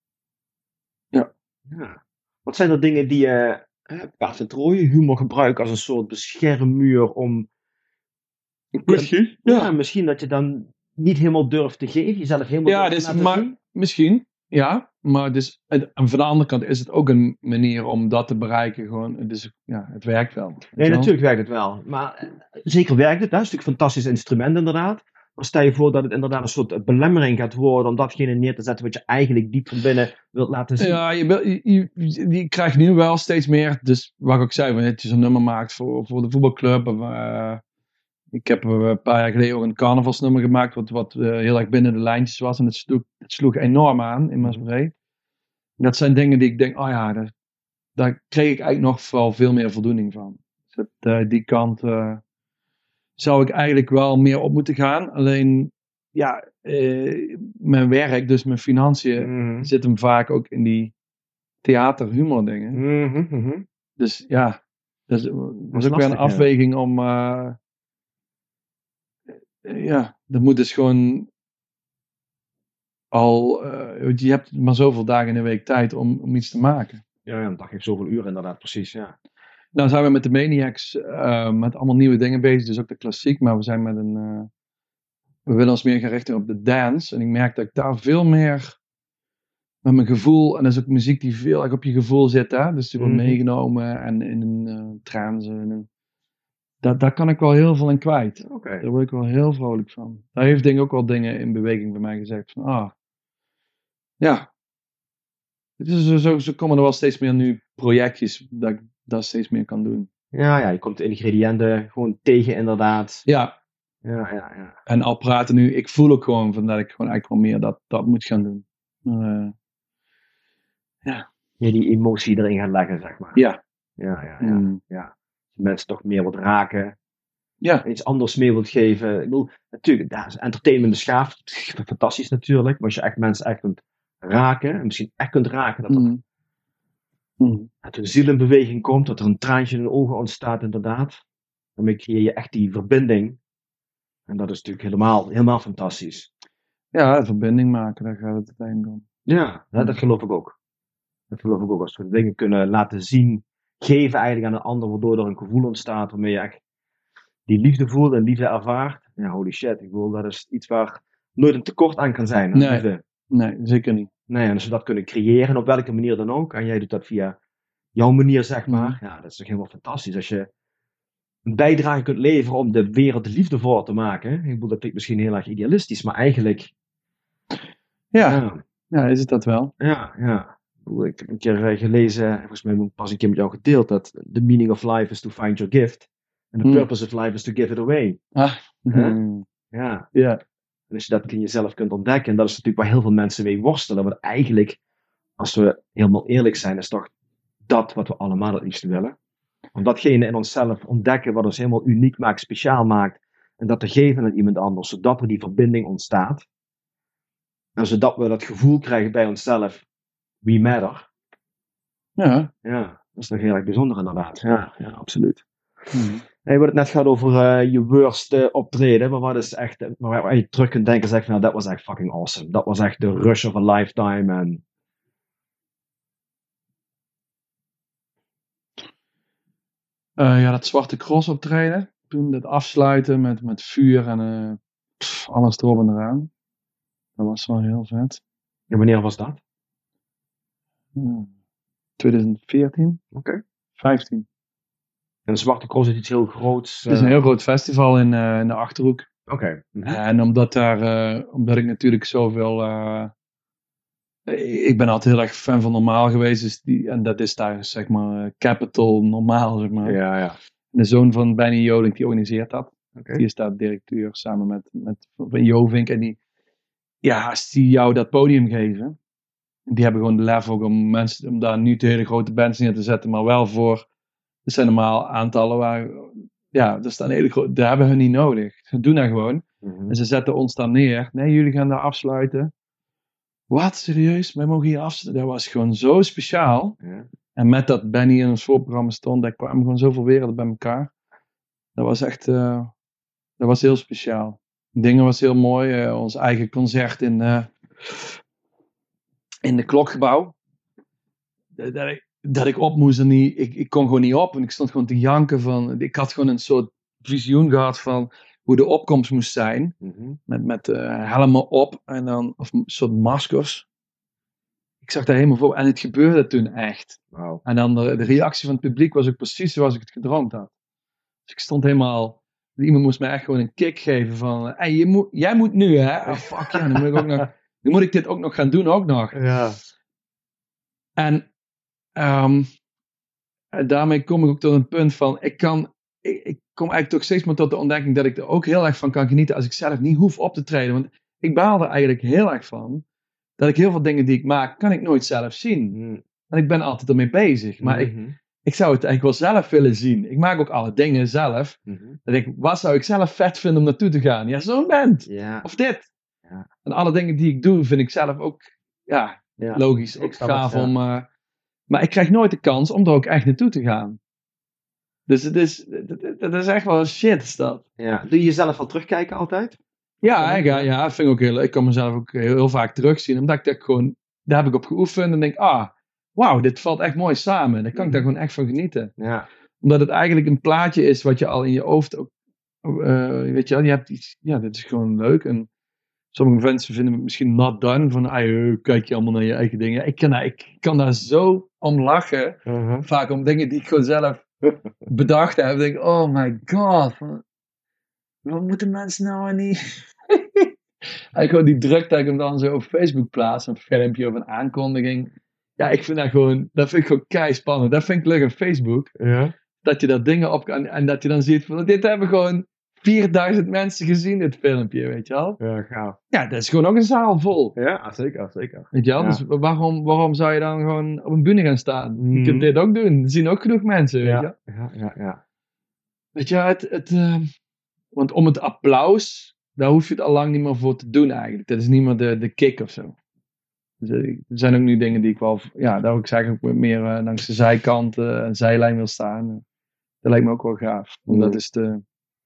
Ja. Ja. Wat zijn er dingen die je, uh, paard van Troje, humor gebruikt als een soort beschermmuur om... Misschien. Ja. Ja. ja, misschien dat je dan niet helemaal durft te geven, jezelf helemaal ja, durft dus, te maar, zien. misschien. Ja, maar dus, en van de andere kant is het ook een manier om dat te bereiken. Gewoon, dus, ja, het werkt wel. Nee, natuurlijk werkt het wel. Maar uh, zeker werkt het. Dat is natuurlijk een fantastisch instrument inderdaad. Maar stel je voor dat het inderdaad een soort belemmering gaat worden om datgene neer te zetten wat je eigenlijk diep van binnen wilt laten zien. Ja, je, wil, je, je, je krijgt nu wel steeds meer, dus wat ik ook zei, dat je zo'n nummer maakt voor, voor de voetbalclub. Uh, ik heb een paar jaar geleden ook een carnavalsnummer gemaakt wat, wat uh, heel erg binnen de lijntjes was en het sloeg, het sloeg enorm aan in Maasbree. Dat zijn dingen die ik denk, oh ja, daar, daar kreeg ik eigenlijk nog wel veel meer voldoening van. Dus dat, uh, die kant uh, zou ik eigenlijk wel meer op moeten gaan. Alleen, ja, uh, mijn werk, dus mijn financiën, Mm-hmm. zit hem vaak ook in die theater-humor dingen. Mm-hmm, mm-hmm. Dus ja, dat is, dat is ook lastig, weer een afweging ja. om... Uh, ja, dat moet dus gewoon... al, uh, je hebt maar zoveel dagen in de week tijd om, om iets te maken. Ja, een dag heeft zoveel uren inderdaad, precies, ja. Nou zijn we met de Maniacs uh, met allemaal nieuwe dingen bezig, dus ook de klassiek, maar we zijn met een, uh, we willen ons meer gaan richten op de dance, en ik merk dat ik daar veel meer met mijn gevoel, en dat is ook muziek die veel erg op je gevoel zit, hè? Dus die wordt Mm-hmm. meegenomen en in een uh, trance, en een, dat, daar kan ik wel heel veel in kwijt. Oké. Okay. Daar word ik wel heel vrolijk van. Daar heeft denk ik ook wel dingen in beweging bij mij gezegd, van ah, ja, dus zo, zo, zo komen er wel steeds meer nu projectjes dat ik dat steeds meer kan doen. Ja, ja, je komt de ingrediënten gewoon tegen inderdaad. Ja. Ja, ja, ja. En al praten nu, ik voel ook gewoon van dat ik gewoon eigenlijk wel meer dat, dat moet gaan doen. Uh, ja. Je die emotie erin gaat leggen, zeg maar. Ja. Ja, ja, ja. Mm. ja. Mensen toch meer wat raken. Ja. Iets anders mee wilt geven. Ik bedoel, natuurlijk, ja, entertainment is gaaf. Fantastisch natuurlijk. Maar als je echt mensen echt kunt raken, en misschien echt kunt raken, dat er Mm. Mm. dat hun ziel in beweging komt, dat er een traantje in de ogen ontstaat, inderdaad. Daarmee creëer je echt die verbinding. En dat is natuurlijk helemaal, helemaal fantastisch. Ja, verbinding maken, daar gaat het uiteindelijk om. Ja, dat, dat geloof ik ook. Dat geloof ik ook. Als we dingen kunnen laten zien, geven eigenlijk aan een ander, waardoor er een gevoel ontstaat, waarmee je echt die liefde voelt en liefde ervaart. Ja, holy shit. Ik bedoel, dat is iets waar nooit een tekort aan kan zijn. Nee, liefde. nee, zeker niet. Nee, en als we dat kunnen creëren, op welke manier dan ook, en jij doet dat via jouw manier, zeg maar. Mm. Ja, dat is toch helemaal fantastisch. Als je een bijdrage kunt leveren om de wereld liefdevoller te maken. Ik bedoel, dat klinkt misschien heel erg idealistisch, maar eigenlijk... Ja, ja, ja is het dat wel. Ja, ja. Ik heb een keer gelezen, volgens mij pas een keer met jou gedeeld, dat the meaning of life is to find your gift. And the mm. purpose of life is to give it away. Ah. Huh? Ja. Ja. En als je dat in jezelf kunt ontdekken, en dat is natuurlijk waar heel veel mensen mee worstelen, want eigenlijk, als we helemaal eerlijk zijn, is toch dat wat we allemaal het liefst willen. Om datgene in onszelf ontdekken wat ons helemaal uniek maakt, speciaal maakt, en dat te geven aan iemand anders, zodat er die verbinding ontstaat. En zodat we dat gevoel krijgen bij onszelf, we matter. Ja. Ja, dat is toch heel erg bijzonder inderdaad. Ja, ja absoluut. Hmm. En je wordt het net gehad over uh, je worst uh, optreden, maar wat is echt, maar waar je terug kunt denken en zeggen, nou, dat was echt fucking awesome. Dat was echt de rush of a lifetime. En... Uh, ja, dat Zwarte Cross optreden. Toen dat afsluiten met, met vuur en uh, pff, alles erop en eraan. Dat was wel heel vet. En wanneer was dat? Hmm. twintig veertien. Oké. Okay. vijftien. En de Zwarte Cross is iets heel groots. Uh... Het is een heel groot festival in, uh, in de Achterhoek. Oké. Okay. Mm-hmm. En omdat daar, uh, omdat ik natuurlijk zoveel... Uh, ik ben altijd heel erg fan van Normaal geweest. Dus die, en dat is daar, zeg maar, uh, Capital Normaal, zeg maar. Ja, ja. De zoon van Benny Jolink, die organiseert dat. Okay. Die is daar directeur samen met, met van Jovink. En die, ja, als die jou dat podium geven, die hebben gewoon de lef ook om mensen, om daar niet de hele grote bands neer te zetten, maar wel voor, er zijn normaal aantallen waar, ja, er staan hele grote, daar hebben hun niet nodig. Ze doen dat gewoon. Mm-hmm. En ze zetten ons dan neer. Nee, jullie gaan daar afsluiten. Wat, serieus? Wij mogen hier afsluiten? Dat was gewoon zo speciaal. Yeah. En met dat Benny in ons voorprogramma stond, daar kwamen gewoon zoveel werelden bij elkaar. Dat was echt, uh, dat was heel speciaal. Dingen was heel mooi. Uh, ons eigen concert in, uh, in de Klokgebouw. Dat, dat, ik, dat ik op moest en niet, ik, ik kon gewoon niet op. En ik stond gewoon te janken van, ik had gewoon een soort visioen gehad van hoe de opkomst moest zijn. Mm-hmm. Met, met uh, helmen op en dan, of een soort maskers. Ik zag daar helemaal voor. En het gebeurde toen echt. Wow. En dan de, de reactie van het publiek was ook precies zoals ik het gedroomd had. Dus ik stond helemaal... Iemand moest mij echt gewoon een kick geven van... Hey, je moet, jij moet nu, hè? Oh, fuck ja, dan moet, ik ook nog, dan moet ik dit ook nog gaan doen, ook nog. Ja. En um, daarmee kom ik ook tot een punt van... Ik kan... Ik, ik kom eigenlijk toch steeds meer tot de ontdekking dat ik er ook heel erg van kan genieten als ik zelf niet hoef op te treden. Want ik baal er eigenlijk heel erg van dat ik heel veel dingen die ik maak, kan ik nooit zelf zien. Mm. En ik ben altijd ermee bezig. Maar mm-hmm. ik... Ik zou het eigenlijk wel zelf willen zien. Ik maak ook alle dingen zelf. Mm-hmm. Dan denk ik, wat zou ik zelf vet vinden om naartoe te gaan? Ja, zo'n band. Yeah. Of dit. Yeah. En alle dingen die ik doe, vind ik zelf ook, ja, yeah. logisch. Ook gaaf het, ja. om... Uh, maar ik krijg nooit de kans om er ook echt naartoe te gaan. Dus het is, dat is echt wel shit, is dat. Ja. Doe je jezelf wel terugkijken altijd? Ja, ik, ja, ja, vind ik ook heel... Ik kan mezelf ook heel, heel vaak terugzien. Omdat ik dat gewoon... Daar heb ik op geoefend en denk, ah... Wauw, dit valt echt mooi samen. Daar kan ik daar gewoon echt van genieten. Ja. Omdat het eigenlijk een plaatje is wat je al in je hoofd ook, uh, weet je wel, je hebt iets, ja, dit is gewoon leuk. En sommige mensen vinden het misschien not done, van, ah, kijk je allemaal naar je eigen dingen. Ik kan daar, ik kan daar zo om lachen, uh-huh. Vaak om dingen die ik gewoon zelf bedacht heb. Ik denk, oh my god, wat moeten mensen nou niet... Eigenlijk gewoon die druk dat ik hem dan zo op Facebook plaats, een filmpje of een aankondiging. Ja, ik vind dat gewoon, dat vind ik gewoon kei spannend. Dat vind ik leuk op Facebook. Ja. Dat je daar dingen op kan, en dat je dan ziet van, dit hebben gewoon vierduizend mensen gezien, dit filmpje, weet je wel. Ja, gaaf. Ja, dat is gewoon ook een zaal vol. Ja, zeker, zeker. Weet je wel, ja. Dus waarom, waarom zou je dan gewoon op een bühne gaan staan? Mm. Je kunt dit ook doen, er zien ook genoeg mensen, weet ja. je Ja, ja, ja. Weet je, het, het uh, want om het applaus, daar hoef je het al lang niet meer voor te doen eigenlijk. Dat is niet meer de, de kick of zo. Dus er zijn ook nu dingen die ik wel, ja, daar ook zeg ik meer uh, langs de zijkant uh, en zijlijn wil staan. Dat lijkt me ook wel gaaf. Om mm. dat eens te,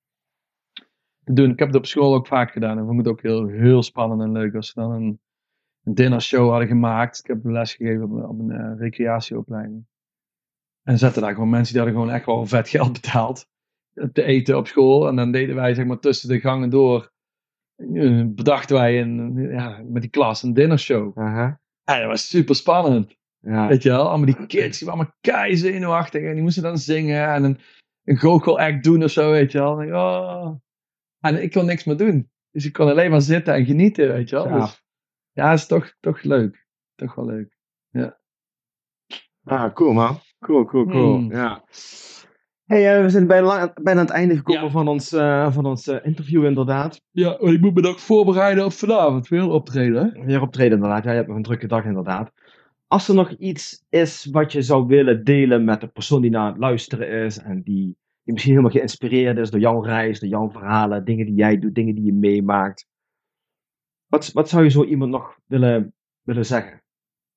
te doen. Ik heb het op school ook vaak gedaan. En vond ik het ook heel, heel spannend en leuk. Als ze dan een, een dinnershow hadden gemaakt. Ik heb les gegeven op een, op een uh, recreatieopleiding. En zetten daar gewoon mensen die hadden gewoon echt wel vet geld betaald. Te eten op school. En dan deden wij zeg maar tussen de gangen door. Uh, bedachten wij een, ja, met die klas een dinnershow. Uh-huh. En dat was super spannend. Ja. Weet je wel, allemaal die kids, die waren allemaal kei zenuwachtig en die moesten dan zingen en een, een goochelact doen of zo, weet je wel. En, ik, oh. en ik kon niks meer doen. Dus ik kon alleen maar zitten en genieten, weet je wel. Ja, dus, ja dat is toch, toch leuk. Toch wel leuk. Ja. Ah, cool man. Cool, cool, cool. Hmm. Ja. Hey, uh, we zijn bijna, bijna aan het einde gekomen Ja. van ons, uh, van ons uh, interview inderdaad. Ja, ik moet me nog voorbereiden op vanavond. Veel optreden, hè? Weer optreden inderdaad. Ja, je hebt nog een drukke dag inderdaad. Als er nog iets is wat je zou willen delen met de persoon die naar het luisteren is en die, die misschien helemaal geïnspireerd is door jouw reis, door jouw verhalen, dingen die jij doet, dingen die je meemaakt. Wat, wat zou je zo iemand nog willen, willen zeggen?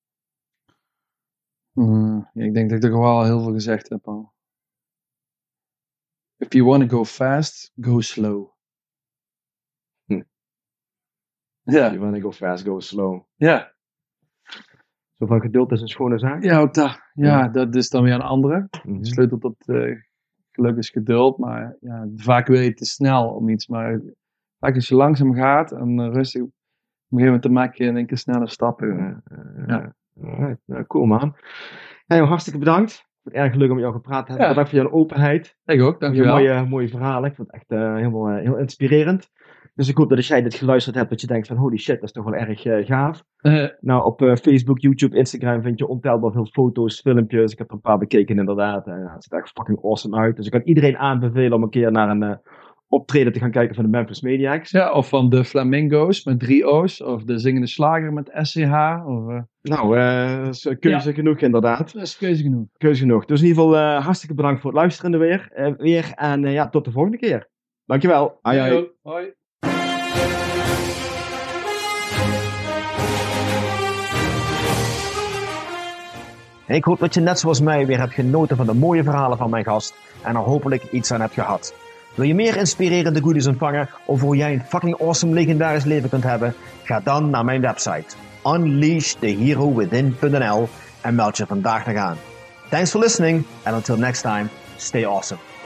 Mm, ja, ik denk dat ik er wel heel veel gezegd heb al. If you want to go fast, go slow. Hm. Ja. You wanna go fast, go slow. Ja. Zo van geduld is een schone zaak. Ja, ook dat. Ja, Ja. dat is dan weer een andere. Mhm. De sleutel tot uh, geluk is geduld. Maar ja, vaak wil je te snel om iets. Maar vaak als je langzaam gaat en uh, rustig, op een gegeven moment dan maak je in één keer snelle stappen. Ja, ja. Ja. Alright, nou, cool man. Hey, hartstikke bedankt. Ik vond het erg leuk om met jou gepraat te hebben. Ja. Bedankt voor jouw openheid. Ik ook, Je dankjewel. mooie, mooie verhalen. Ik vond het echt uh, helemaal uh, heel inspirerend. Dus ik hoop dat als jij dit geluisterd hebt, dat je denkt van holy shit, dat is toch wel erg uh, gaaf. Uh, Nou, op uh, Facebook, YouTube, Instagram vind je ontelbaar veel foto's, filmpjes. Ik heb er een paar bekeken inderdaad. En uh, het ziet er echt fucking awesome uit. Dus ik kan iedereen aanbevelen om een keer naar een uh, optreden te gaan kijken van de Memphis Maniacs. ja, of van de Flamingo's met drie O's. Of de Zingende Slager met S C H. Of, uh, Nou, uh, dat is uh, keuze Ja. genoeg inderdaad. dat is keuze genoeg. Keuze genoeg. Dus in ieder geval uh, hartstikke bedankt voor het luisteren weer. Uh, weer en uh, ja, tot de volgende keer. Dankjewel. Hoi, hoi. Yo, hoi. Ik hoop dat je net zoals mij weer hebt genoten van de mooie verhalen van mijn gast en er hopelijk iets aan hebt gehad. Wil je meer inspirerende goodies ontvangen over hoe jij een fucking awesome legendarisch leven kunt hebben? Ga dan naar mijn website unleash the hero within dot n l en meld je vandaag nog aan. Thanks for listening and until next time, stay awesome.